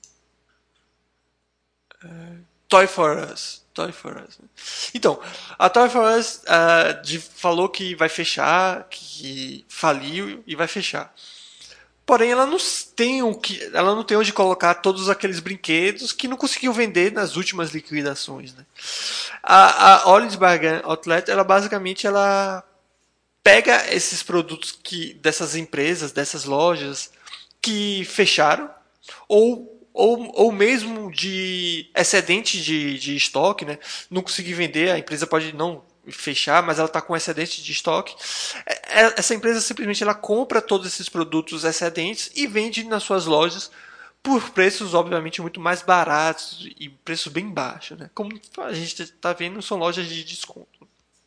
Toy for Us. Toy for Us. Né? Então, a Toy for Us uh, de, falou que vai fechar, que faliu e vai fechar. Porém, ela não tem o que, ela não tem onde colocar todos aqueles brinquedos que não conseguiu vender nas últimas liquidações. Né? A, a Ollie's Bargain Outlet, ela basicamente ela pega esses produtos que dessas empresas, dessas lojas que fecharam ou ou, ou mesmo de excedente de, de estoque, né? Não conseguir vender, a empresa pode não fechar, mas ela está com excedente de estoque. Essa empresa simplesmente ela compra todos esses produtos excedentes e vende nas suas lojas por preços obviamente muito mais baratos e preço bem baixo, né? Como a gente está vendo, são lojas de desconto.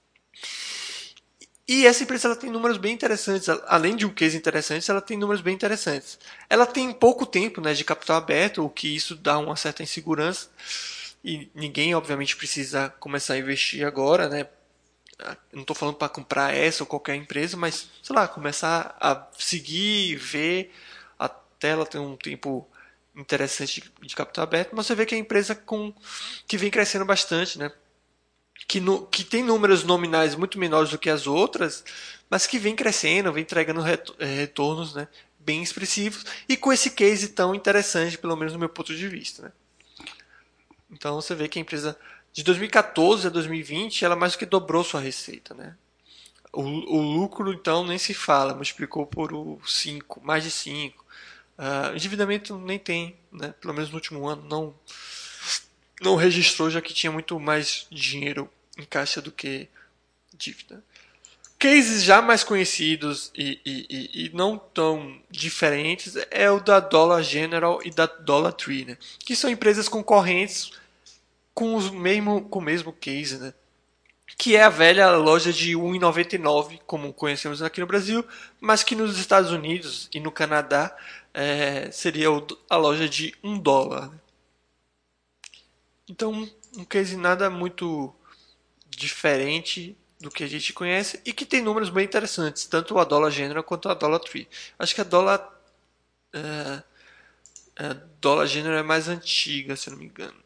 E essa empresa ela tem números bem interessantes, além de um case interessante, ela tem números bem interessantes. Ela tem pouco tempo, né, de capital aberto, o que isso dá uma certa insegurança. E ninguém, obviamente, precisa começar a investir agora, né? Eu não estou falando para comprar essa ou qualquer empresa, mas, sei lá, começar a seguir, ver, até ela ter um tempo interessante de capital aberto. Mas você vê que é a empresa com, que vem crescendo bastante, né? Que, no, que tem números nominais muito menores do que as outras, mas que vem crescendo, vem entregando retornos, né, bem expressivos e com esse case tão interessante, pelo menos no meu ponto de vista. Né. Então você vê que a empresa de dois mil e quatorze a dois mil e vinte ela mais do que dobrou sua receita. Né. O, o lucro, então, nem se fala, multiplicou por cinco, mais de cinco. Uh, endividamento nem tem, né, pelo menos no último ano, não não registrou, já que tinha muito mais dinheiro em caixa do que dívida. Cases já mais conhecidos e, e, e, e não tão diferentes é o da Dollar General e da Dollar Tree, né? Que são empresas concorrentes com, os mesmo, com o mesmo case, né? Que é a velha loja de um real e noventa e nove centavos, como conhecemos aqui no Brasil, mas que nos Estados Unidos e no Canadá é, seria a loja de um dólar. Né? Então, um case nada muito diferente do que a gente conhece e que tem números bem interessantes, tanto a Dollar General quanto a Dollar Tree. Acho que a Dollar, é, a Dollar General é mais antiga, se eu não me engano.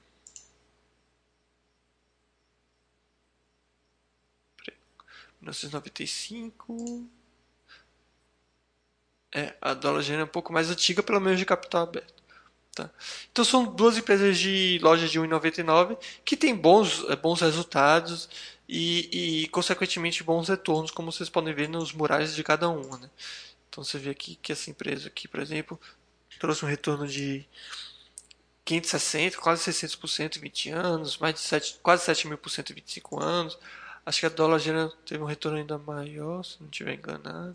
mil novecentos e noventa e cinco. É, a Dollar General é um pouco mais antiga, pelo menos de capital aberto. Tá? Então são duas empresas de lojas de um e noventa e nove que têm bons, eh, bons resultados e, e, consequentemente, bons retornos, como vocês podem ver nos murais de cada uma. Né? Então você vê aqui que essa empresa aqui, por exemplo, trouxe um retorno de quinhentos e sessenta, quase seiscentos por cento em vinte anos, mais de sete, quase sete mil por cento em vinte e cinco anos. Acho que a Dollar General teve um retorno ainda maior, se não estiver enganado.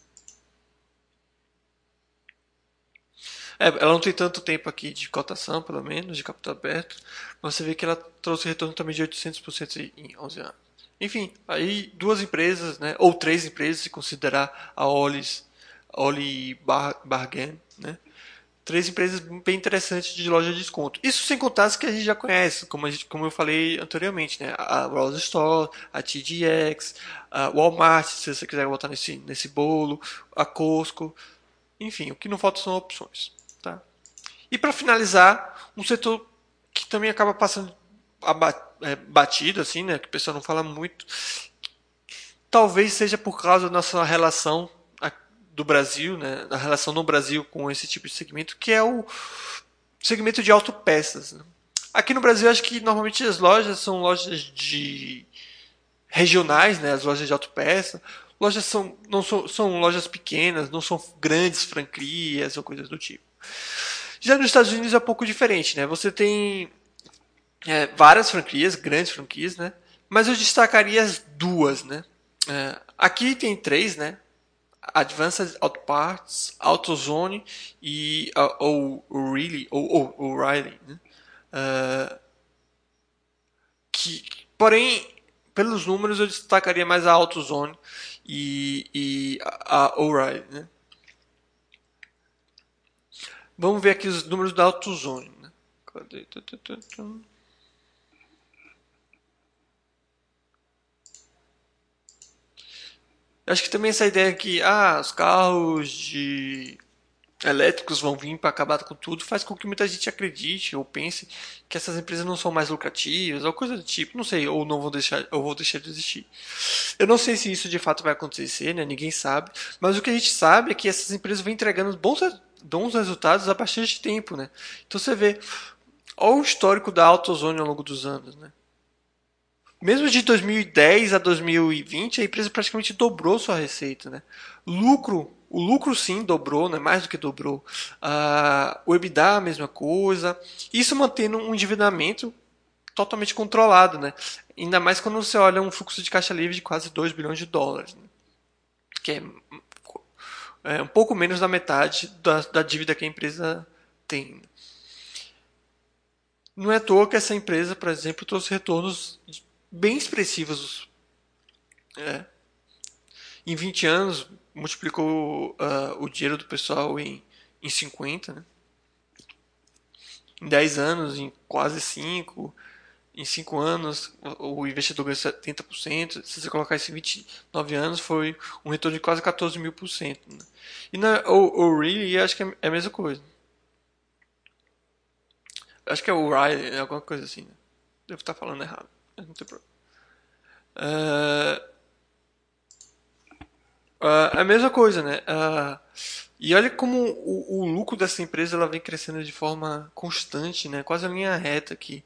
É, ela não tem tanto tempo aqui de cotação, pelo menos, de capital aberto, mas você vê que ela trouxe retorno também de oitocentos por cento em onze anos. Enfim, aí duas empresas, né, ou três empresas, se considerar a Ollie's, Ollie Bar, Bargain, né, três empresas bem interessantes de loja de desconto. Isso sem contar as que a gente já conhece, como, a gente, como eu falei anteriormente, né, a Ross Store, a T J X, a Walmart, se você quiser botar nesse, nesse bolo, a Costco, enfim, o que não falta são opções. Tá? E para finalizar, um setor que também acaba passando é, batido, assim, né, que o pessoal não fala muito, talvez seja por causa da nossa relação do Brasil, né, da relação no Brasil com esse tipo de segmento, que é o segmento de autopeças. Né? Aqui no Brasil, acho que normalmente as lojas são lojas de regionais, né, as lojas de autopeça. Lojas são, não são, são lojas pequenas, não são grandes franquias ou coisas do tipo. Já nos Estados Unidos é um pouco diferente, né? Você tem é, várias franquias, grandes franquias, né? Mas eu destacaria as duas, né? É, aqui tem três, né? Advanced Auto Parts, AutoZone e o O'Reilly, ou O'Reilly, né? Uh, que, porém, pelos números eu destacaria mais a AutoZone e, e a, a O'Reilly, né? Vamos ver aqui os números da AutoZone, né? Cadê? Eu acho que também essa ideia que ah, os carros de elétricos vão vir para acabar com tudo faz com que muita gente acredite ou pense que essas empresas não são mais lucrativas ou coisa do tipo, não sei, ou não vão deixar, ou vão deixar de existir. Eu não sei se isso de fato vai acontecer, né? Ninguém sabe, mas o que a gente sabe é que essas empresas vêm entregando bons, bons resultados há bastante tempo, né? Então você vê, olha o histórico da AutoZone ao longo dos anos, né? Mesmo de dois mil e dez a dois mil e vinte, a empresa praticamente dobrou sua receita, né? Lucro, o lucro sim dobrou, né? Mais do que dobrou. Ah, o EBITDA a mesma coisa. Isso mantendo um endividamento totalmente controlado, né? Ainda mais quando você olha um fluxo de caixa livre de quase dois bilhões de dólares, né? Que é, é um pouco menos da metade da, da dívida que a empresa tem. Não é à toa que essa empresa, por exemplo, trouxe retornos bem expressivos. É, em vinte anos, multiplicou uh, o dinheiro do pessoal em, em cinquenta, né? Em dez anos, em quase cinco. Em cinco anos, o investidor ganhou setenta por cento. Se você colocar isso em vinte e nove anos, foi um retorno de quase quatorze mil por cento. Né? E na O'Reilly, acho que é a mesma coisa. Acho que é O'Reilly, alguma coisa assim. Né? Devo estar falando errado. Não tem problema. Uh, Uh, é a mesma coisa, né? Uh, e olha como o, o lucro dessa empresa ela vem crescendo de forma constante, né? Quase a linha reta aqui.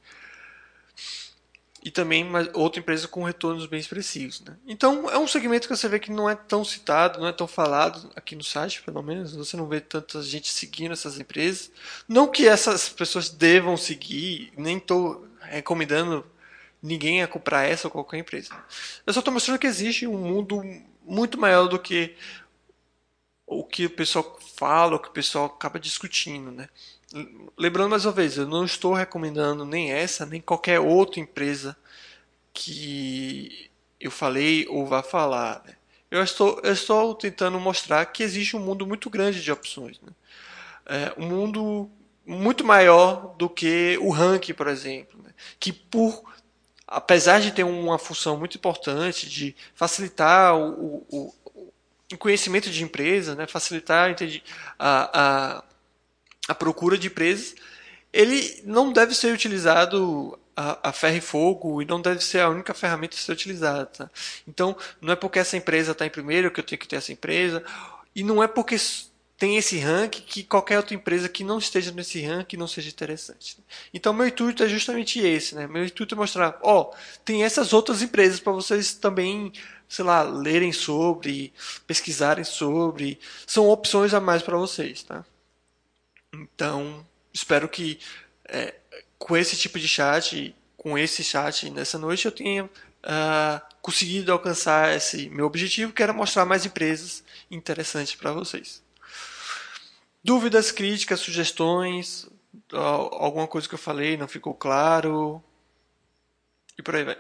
E também uma, outra empresa com retornos bem expressivos, né? Então é um segmento que você vê que não é tão citado, não é tão falado aqui no site, pelo menos. Você não vê tanta gente seguindo essas empresas. Não que essas pessoas devam seguir, nem estou recomendando ninguém a comprar essa ou qualquer empresa. Eu só estou mostrando que existe um mundo muito maior do que o que o pessoal fala, o que o pessoal acaba discutindo, né? Lembrando mais uma vez, eu não estou recomendando nem essa, nem qualquer outra empresa que eu falei ou vá falar. Né? Eu, estou, eu estou tentando mostrar que existe um mundo muito grande de opções. Né? É, um mundo muito maior do que o ranking, por exemplo. Né? Que por apesar de ter uma função muito importante de facilitar o, o, o conhecimento de empresas, né, facilitar a, a, a procura de empresas, ele não deve ser utilizado a, a ferro e fogo e não deve ser a única ferramenta a ser utilizada. Tá? Então, não é porque essa empresa está em primeiro que eu tenho que ter essa empresa, e não é porque tem esse ranking que qualquer outra empresa que não esteja nesse ranking não seja interessante. Então, meu intuito é justamente esse, né? Meu intuito é mostrar, ó, tem essas outras empresas para vocês também, sei lá, lerem sobre, pesquisarem sobre. São opções a mais para vocês, tá? Então, espero que é, com esse tipo de chat, com esse chat nessa noite, eu tenha ah, conseguido alcançar esse meu objetivo, que era mostrar mais empresas interessantes para vocês. Dúvidas, críticas, sugestões, alguma coisa que eu falei não ficou claro e por aí vai.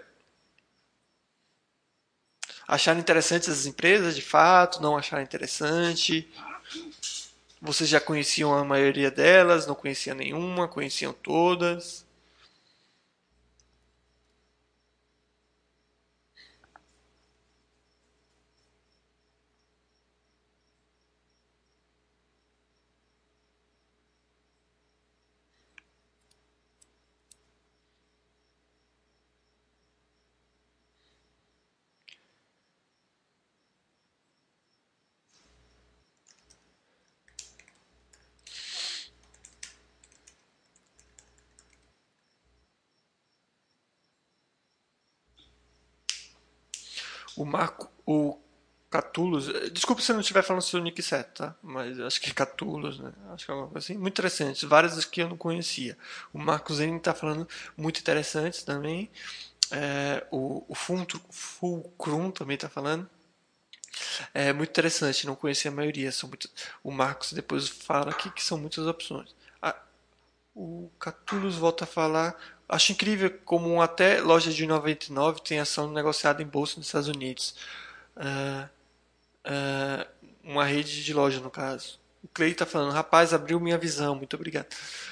Acharam interessantes as empresas, de fato, não acharam interessante? Vocês já conheciam a maioria delas, não conheciam nenhuma, conheciam todas? O Marco, o Catulos, desculpa se eu não estiver falando seu nick certo, tá? Mas acho que é Catulos, né? Acho que é uma coisa assim. Muito interessante. Várias que eu não conhecia. O Marcos Zene está falando muito interessantes também. É, o, o Fulcrum também está falando. É muito interessante, não conhecia a maioria. São muito, o Marcos depois fala aqui que são muitas opções. Ah, o Catulos volta a falar. Acho incrível como até loja de noventa e nove tem ação negociada em bolsa nos Estados Unidos. Ah, ah, uma rede de loja, no caso. O Clay está falando, rapaz, abriu minha visão, muito obrigado.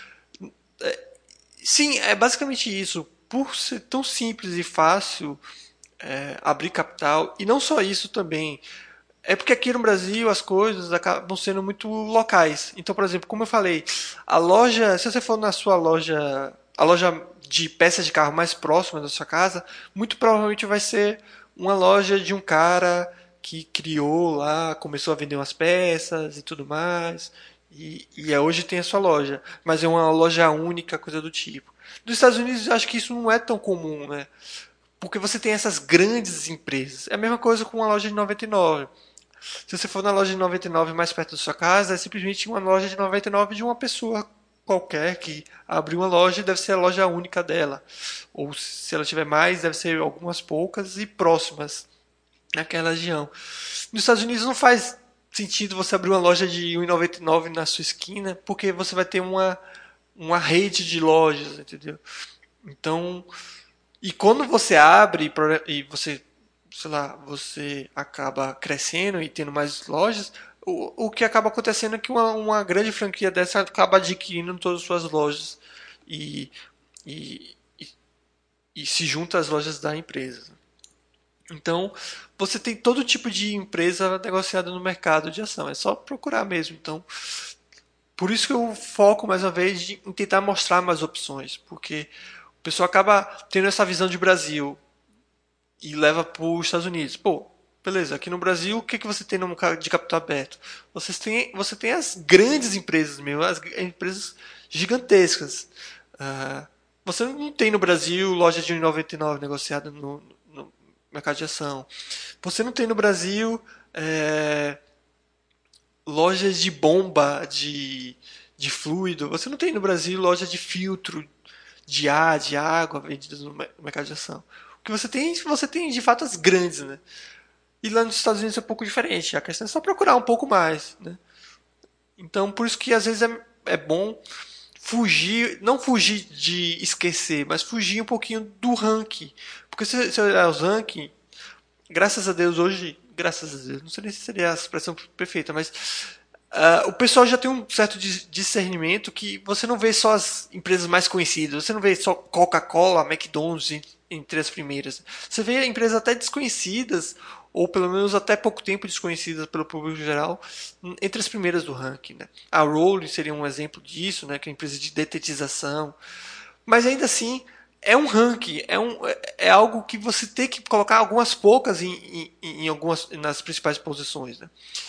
Sim, é basicamente isso. Por ser tão simples e fácil é, abrir capital, e não só isso também, é porque aqui no Brasil as coisas acabam sendo muito locais. Então, por exemplo, como eu falei, a loja, se você for na sua loja, a loja de peças de carro mais próxima da sua casa, muito provavelmente vai ser uma loja de um cara que criou lá, começou a vender umas peças e tudo mais. E, e é, hoje tem a sua loja, mas é uma loja única, coisa do tipo. Nos Estados Unidos, eu acho que isso não é tão comum, né? Porque você tem essas grandes empresas. É a mesma coisa com uma loja de noventa e nove. Se você for na loja de noventa e nove mais perto da sua casa, é simplesmente uma loja de noventa e nove de uma pessoa qualquer que abriu uma loja e deve ser a loja única dela. Ou se ela tiver mais, deve ser algumas poucas e próximas naquela região. Nos Estados Unidos não faz sentido você abrir uma loja de um e noventa e nove na sua esquina, porque você vai ter uma, uma rede de lojas, entendeu? Então, e quando você abre e você, sei lá, você acaba crescendo e tendo mais lojas, o, o que acaba acontecendo é que uma, uma grande franquia dessa acaba adquirindo todas as suas lojas e, e, e, e se junta às lojas da empresa. Então, você tem todo tipo de empresa negociada no mercado de ação. É só procurar mesmo. Então, por isso que eu foco mais uma vez em tentar mostrar mais opções, porque o pessoal acaba tendo essa visão de Brasil e leva para os Estados Unidos. Pô, beleza, aqui no Brasil, o que, que você tem no mercado de capital aberto? Você tem, você tem as grandes empresas mesmo, as empresas gigantescas. Uh, você não tem no Brasil loja de um e noventa e nove negociada no, no mercado de ação. Você não tem no Brasil é, lojas de bomba de, de fluido. Você não tem no Brasil loja de filtro de ar, de água vendidas no mercado de ação. O que você tem, você tem de fato as grandes, né? E lá nos Estados Unidos é um pouco diferente. A questão é só procurar um pouco mais, né? Então, por isso que às vezes é, é bom fugir, não fugir de esquecer, mas fugir um pouquinho do ranking. Porque se você olhar os rankings, graças a Deus hoje, graças a Deus, não sei nem se seria a expressão perfeita, mas uh, o pessoal já tem um certo discernimento que você não vê só as empresas mais conhecidas, você não vê só Coca-Cola, McDonald's entre as primeiras. Você vê empresas até desconhecidas, ou pelo menos até pouco tempo desconhecidas pelo público geral, entre as primeiras do ranking. Né? A Rolling seria um exemplo disso, né? Que é uma empresa de detetização. Mas ainda assim, é um ranking, é, um, é algo que você tem que colocar algumas poucas em, em, em algumas, nas principais posições. Né?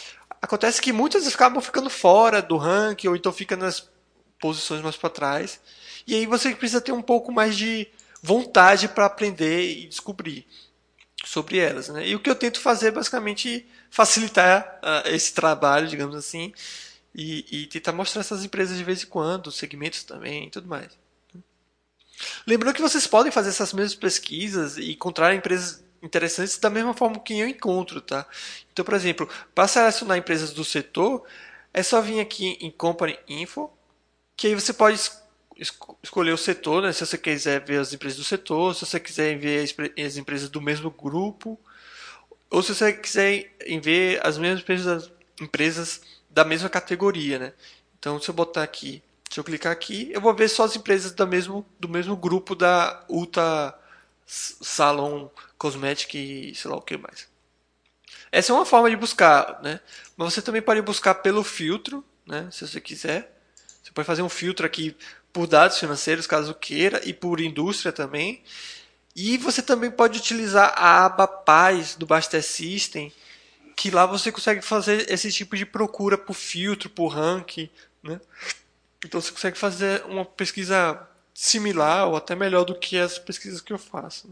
Acontece que muitas acabam ficando fora do ranking ou então fica nas posições mais para trás. E aí você precisa ter um pouco mais de vontade para aprender e descobrir sobre elas, né? E o que eu tento fazer é basicamente facilitar uh, esse trabalho, digamos assim, e, e tentar mostrar essas empresas de vez em quando, segmentos também e tudo mais. Lembrando que vocês podem fazer essas mesmas pesquisas e encontrar empresas interessantes da mesma forma que eu encontro, tá? Então, por exemplo, para selecionar empresas do setor, é só vir aqui em Company Info, que aí você pode es escolher o setor, né? Se você quiser ver as empresas do setor, se você quiser ver as empresas do mesmo grupo, ou se você quiser ver as mesmas empresas, empresas da mesma categoria, né? Então, se eu botar aqui, se eu clicar aqui, eu vou ver só as empresas do mesmo, do mesmo grupo da Ulta Salon Cosmetic e sei lá o que mais. Essa é uma forma de buscar, né? Mas você também pode buscar pelo filtro, né? Se você quiser. Você pode fazer um filtro aqui por dados financeiros, caso queira, e por indústria também. E você também pode utilizar a aba Paz do Baster System, que lá você consegue fazer esse tipo de procura por filtro, por ranking, né? Então você consegue fazer uma pesquisa similar ou até melhor do que as pesquisas que eu faço.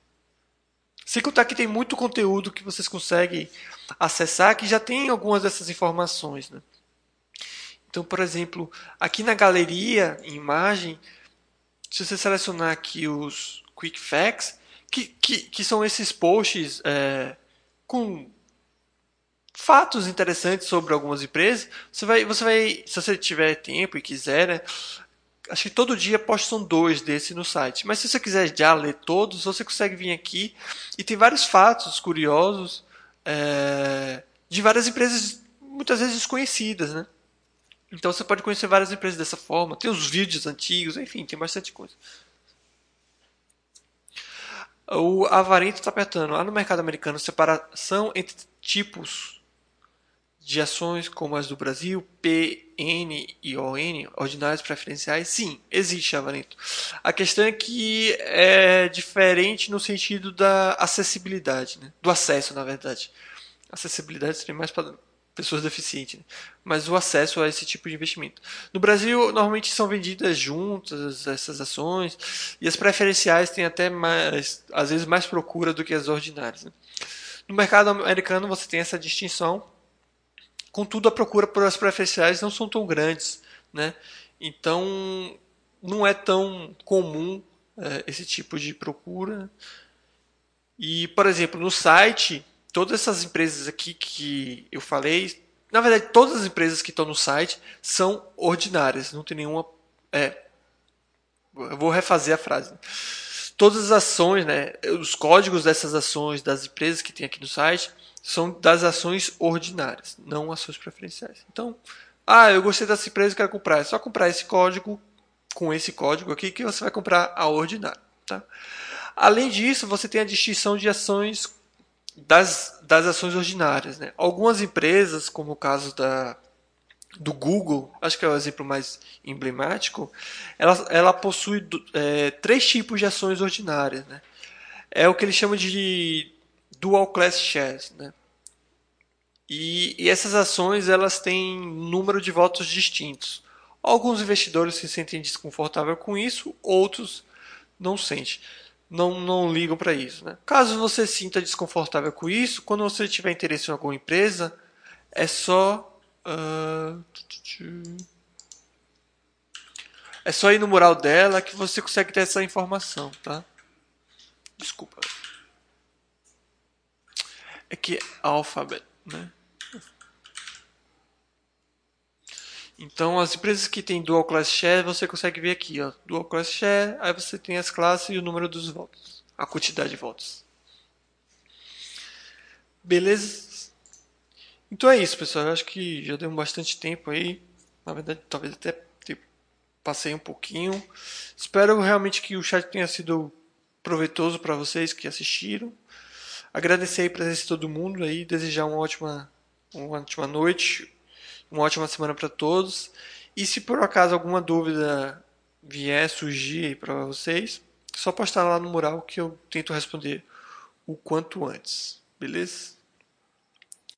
Sem contar que tem muito conteúdo que vocês conseguem acessar que já tem algumas dessas informações, né? Então, por exemplo, aqui na galeria, em imagem, se você selecionar aqui os Quick Facts, que, que, que são esses posts é, com fatos interessantes sobre algumas empresas, você vai, você vai, se você tiver tempo e quiser, né, acho que todo dia postam dois desses no site. Mas se você quiser já ler todos, você consegue vir aqui e tem vários fatos curiosos é, de várias empresas muitas vezes desconhecidas, né? Então você pode conhecer várias empresas dessa forma. Tem os vídeos antigos, enfim, tem bastante coisa. O Avarento está apertando. Lá no mercado americano, separação entre tipos de ações como as do Brasil, P, N e O N, ordinárias preferenciais, sim, existe Avarento. A questão é que é diferente no sentido da acessibilidade, né? Do acesso, na verdade. Acessibilidade seria mais para pessoas deficientes, né? Mas o acesso a esse tipo de investimento. No Brasil, normalmente são vendidas juntas essas ações e as preferenciais têm até mais, às vezes mais procura do que as ordinárias, né? No mercado americano você tem essa distinção. Contudo, a procura por as preferenciais não são tão grandes, né? Então, não é tão comum é, esse tipo de procura. E, por exemplo, no site, todas essas empresas aqui que eu falei, na verdade, todas as empresas que estão no site são ordinárias, não tem nenhuma. É, eu vou refazer a frase. Todas as ações, né, os códigos dessas ações das empresas que tem aqui no site são das ações ordinárias, não ações preferenciais. Então, ah, eu gostei dessa empresa e quero comprar. É só comprar esse código com esse código aqui que você vai comprar a ordinária. Tá? Além disso, você tem a distinção de ações das, das ações ordinárias. Né? Algumas empresas, como o caso da, do Google, acho que é o exemplo mais emblemático, ela, ela possui é, três tipos de ações ordinárias. Né? É o que eles chamam de Dual Class Shares. Né? E, e essas ações elas têm número de votos distintos. Alguns investidores se sentem desconfortáveis com isso, outros não sentem. Não, não ligam para isso. Né? Caso você se sinta desconfortável com isso, quando você tiver interesse em alguma empresa, é só. Uh, é só ir no mural dela que você consegue ter essa informação. Tá? Desculpa. É que é Alphabet. Né? Então, as empresas que têm Dual Class Share, você consegue ver aqui, ó, Dual Class Share, aí você tem as classes e o número dos votos, a quantidade de votos. Beleza? Então é isso, pessoal. Eu acho que já deu bastante tempo aí. Na verdade, talvez até passei um pouquinho. Espero realmente que o chat tenha sido proveitoso para vocês que assistiram. Agradecer a presença de todo mundo aí, desejar uma ótima, uma ótima noite. Uma ótima semana para todos. E se por acaso alguma dúvida vier surgir para vocês, só postar lá no mural que eu tento responder o quanto antes. Beleza?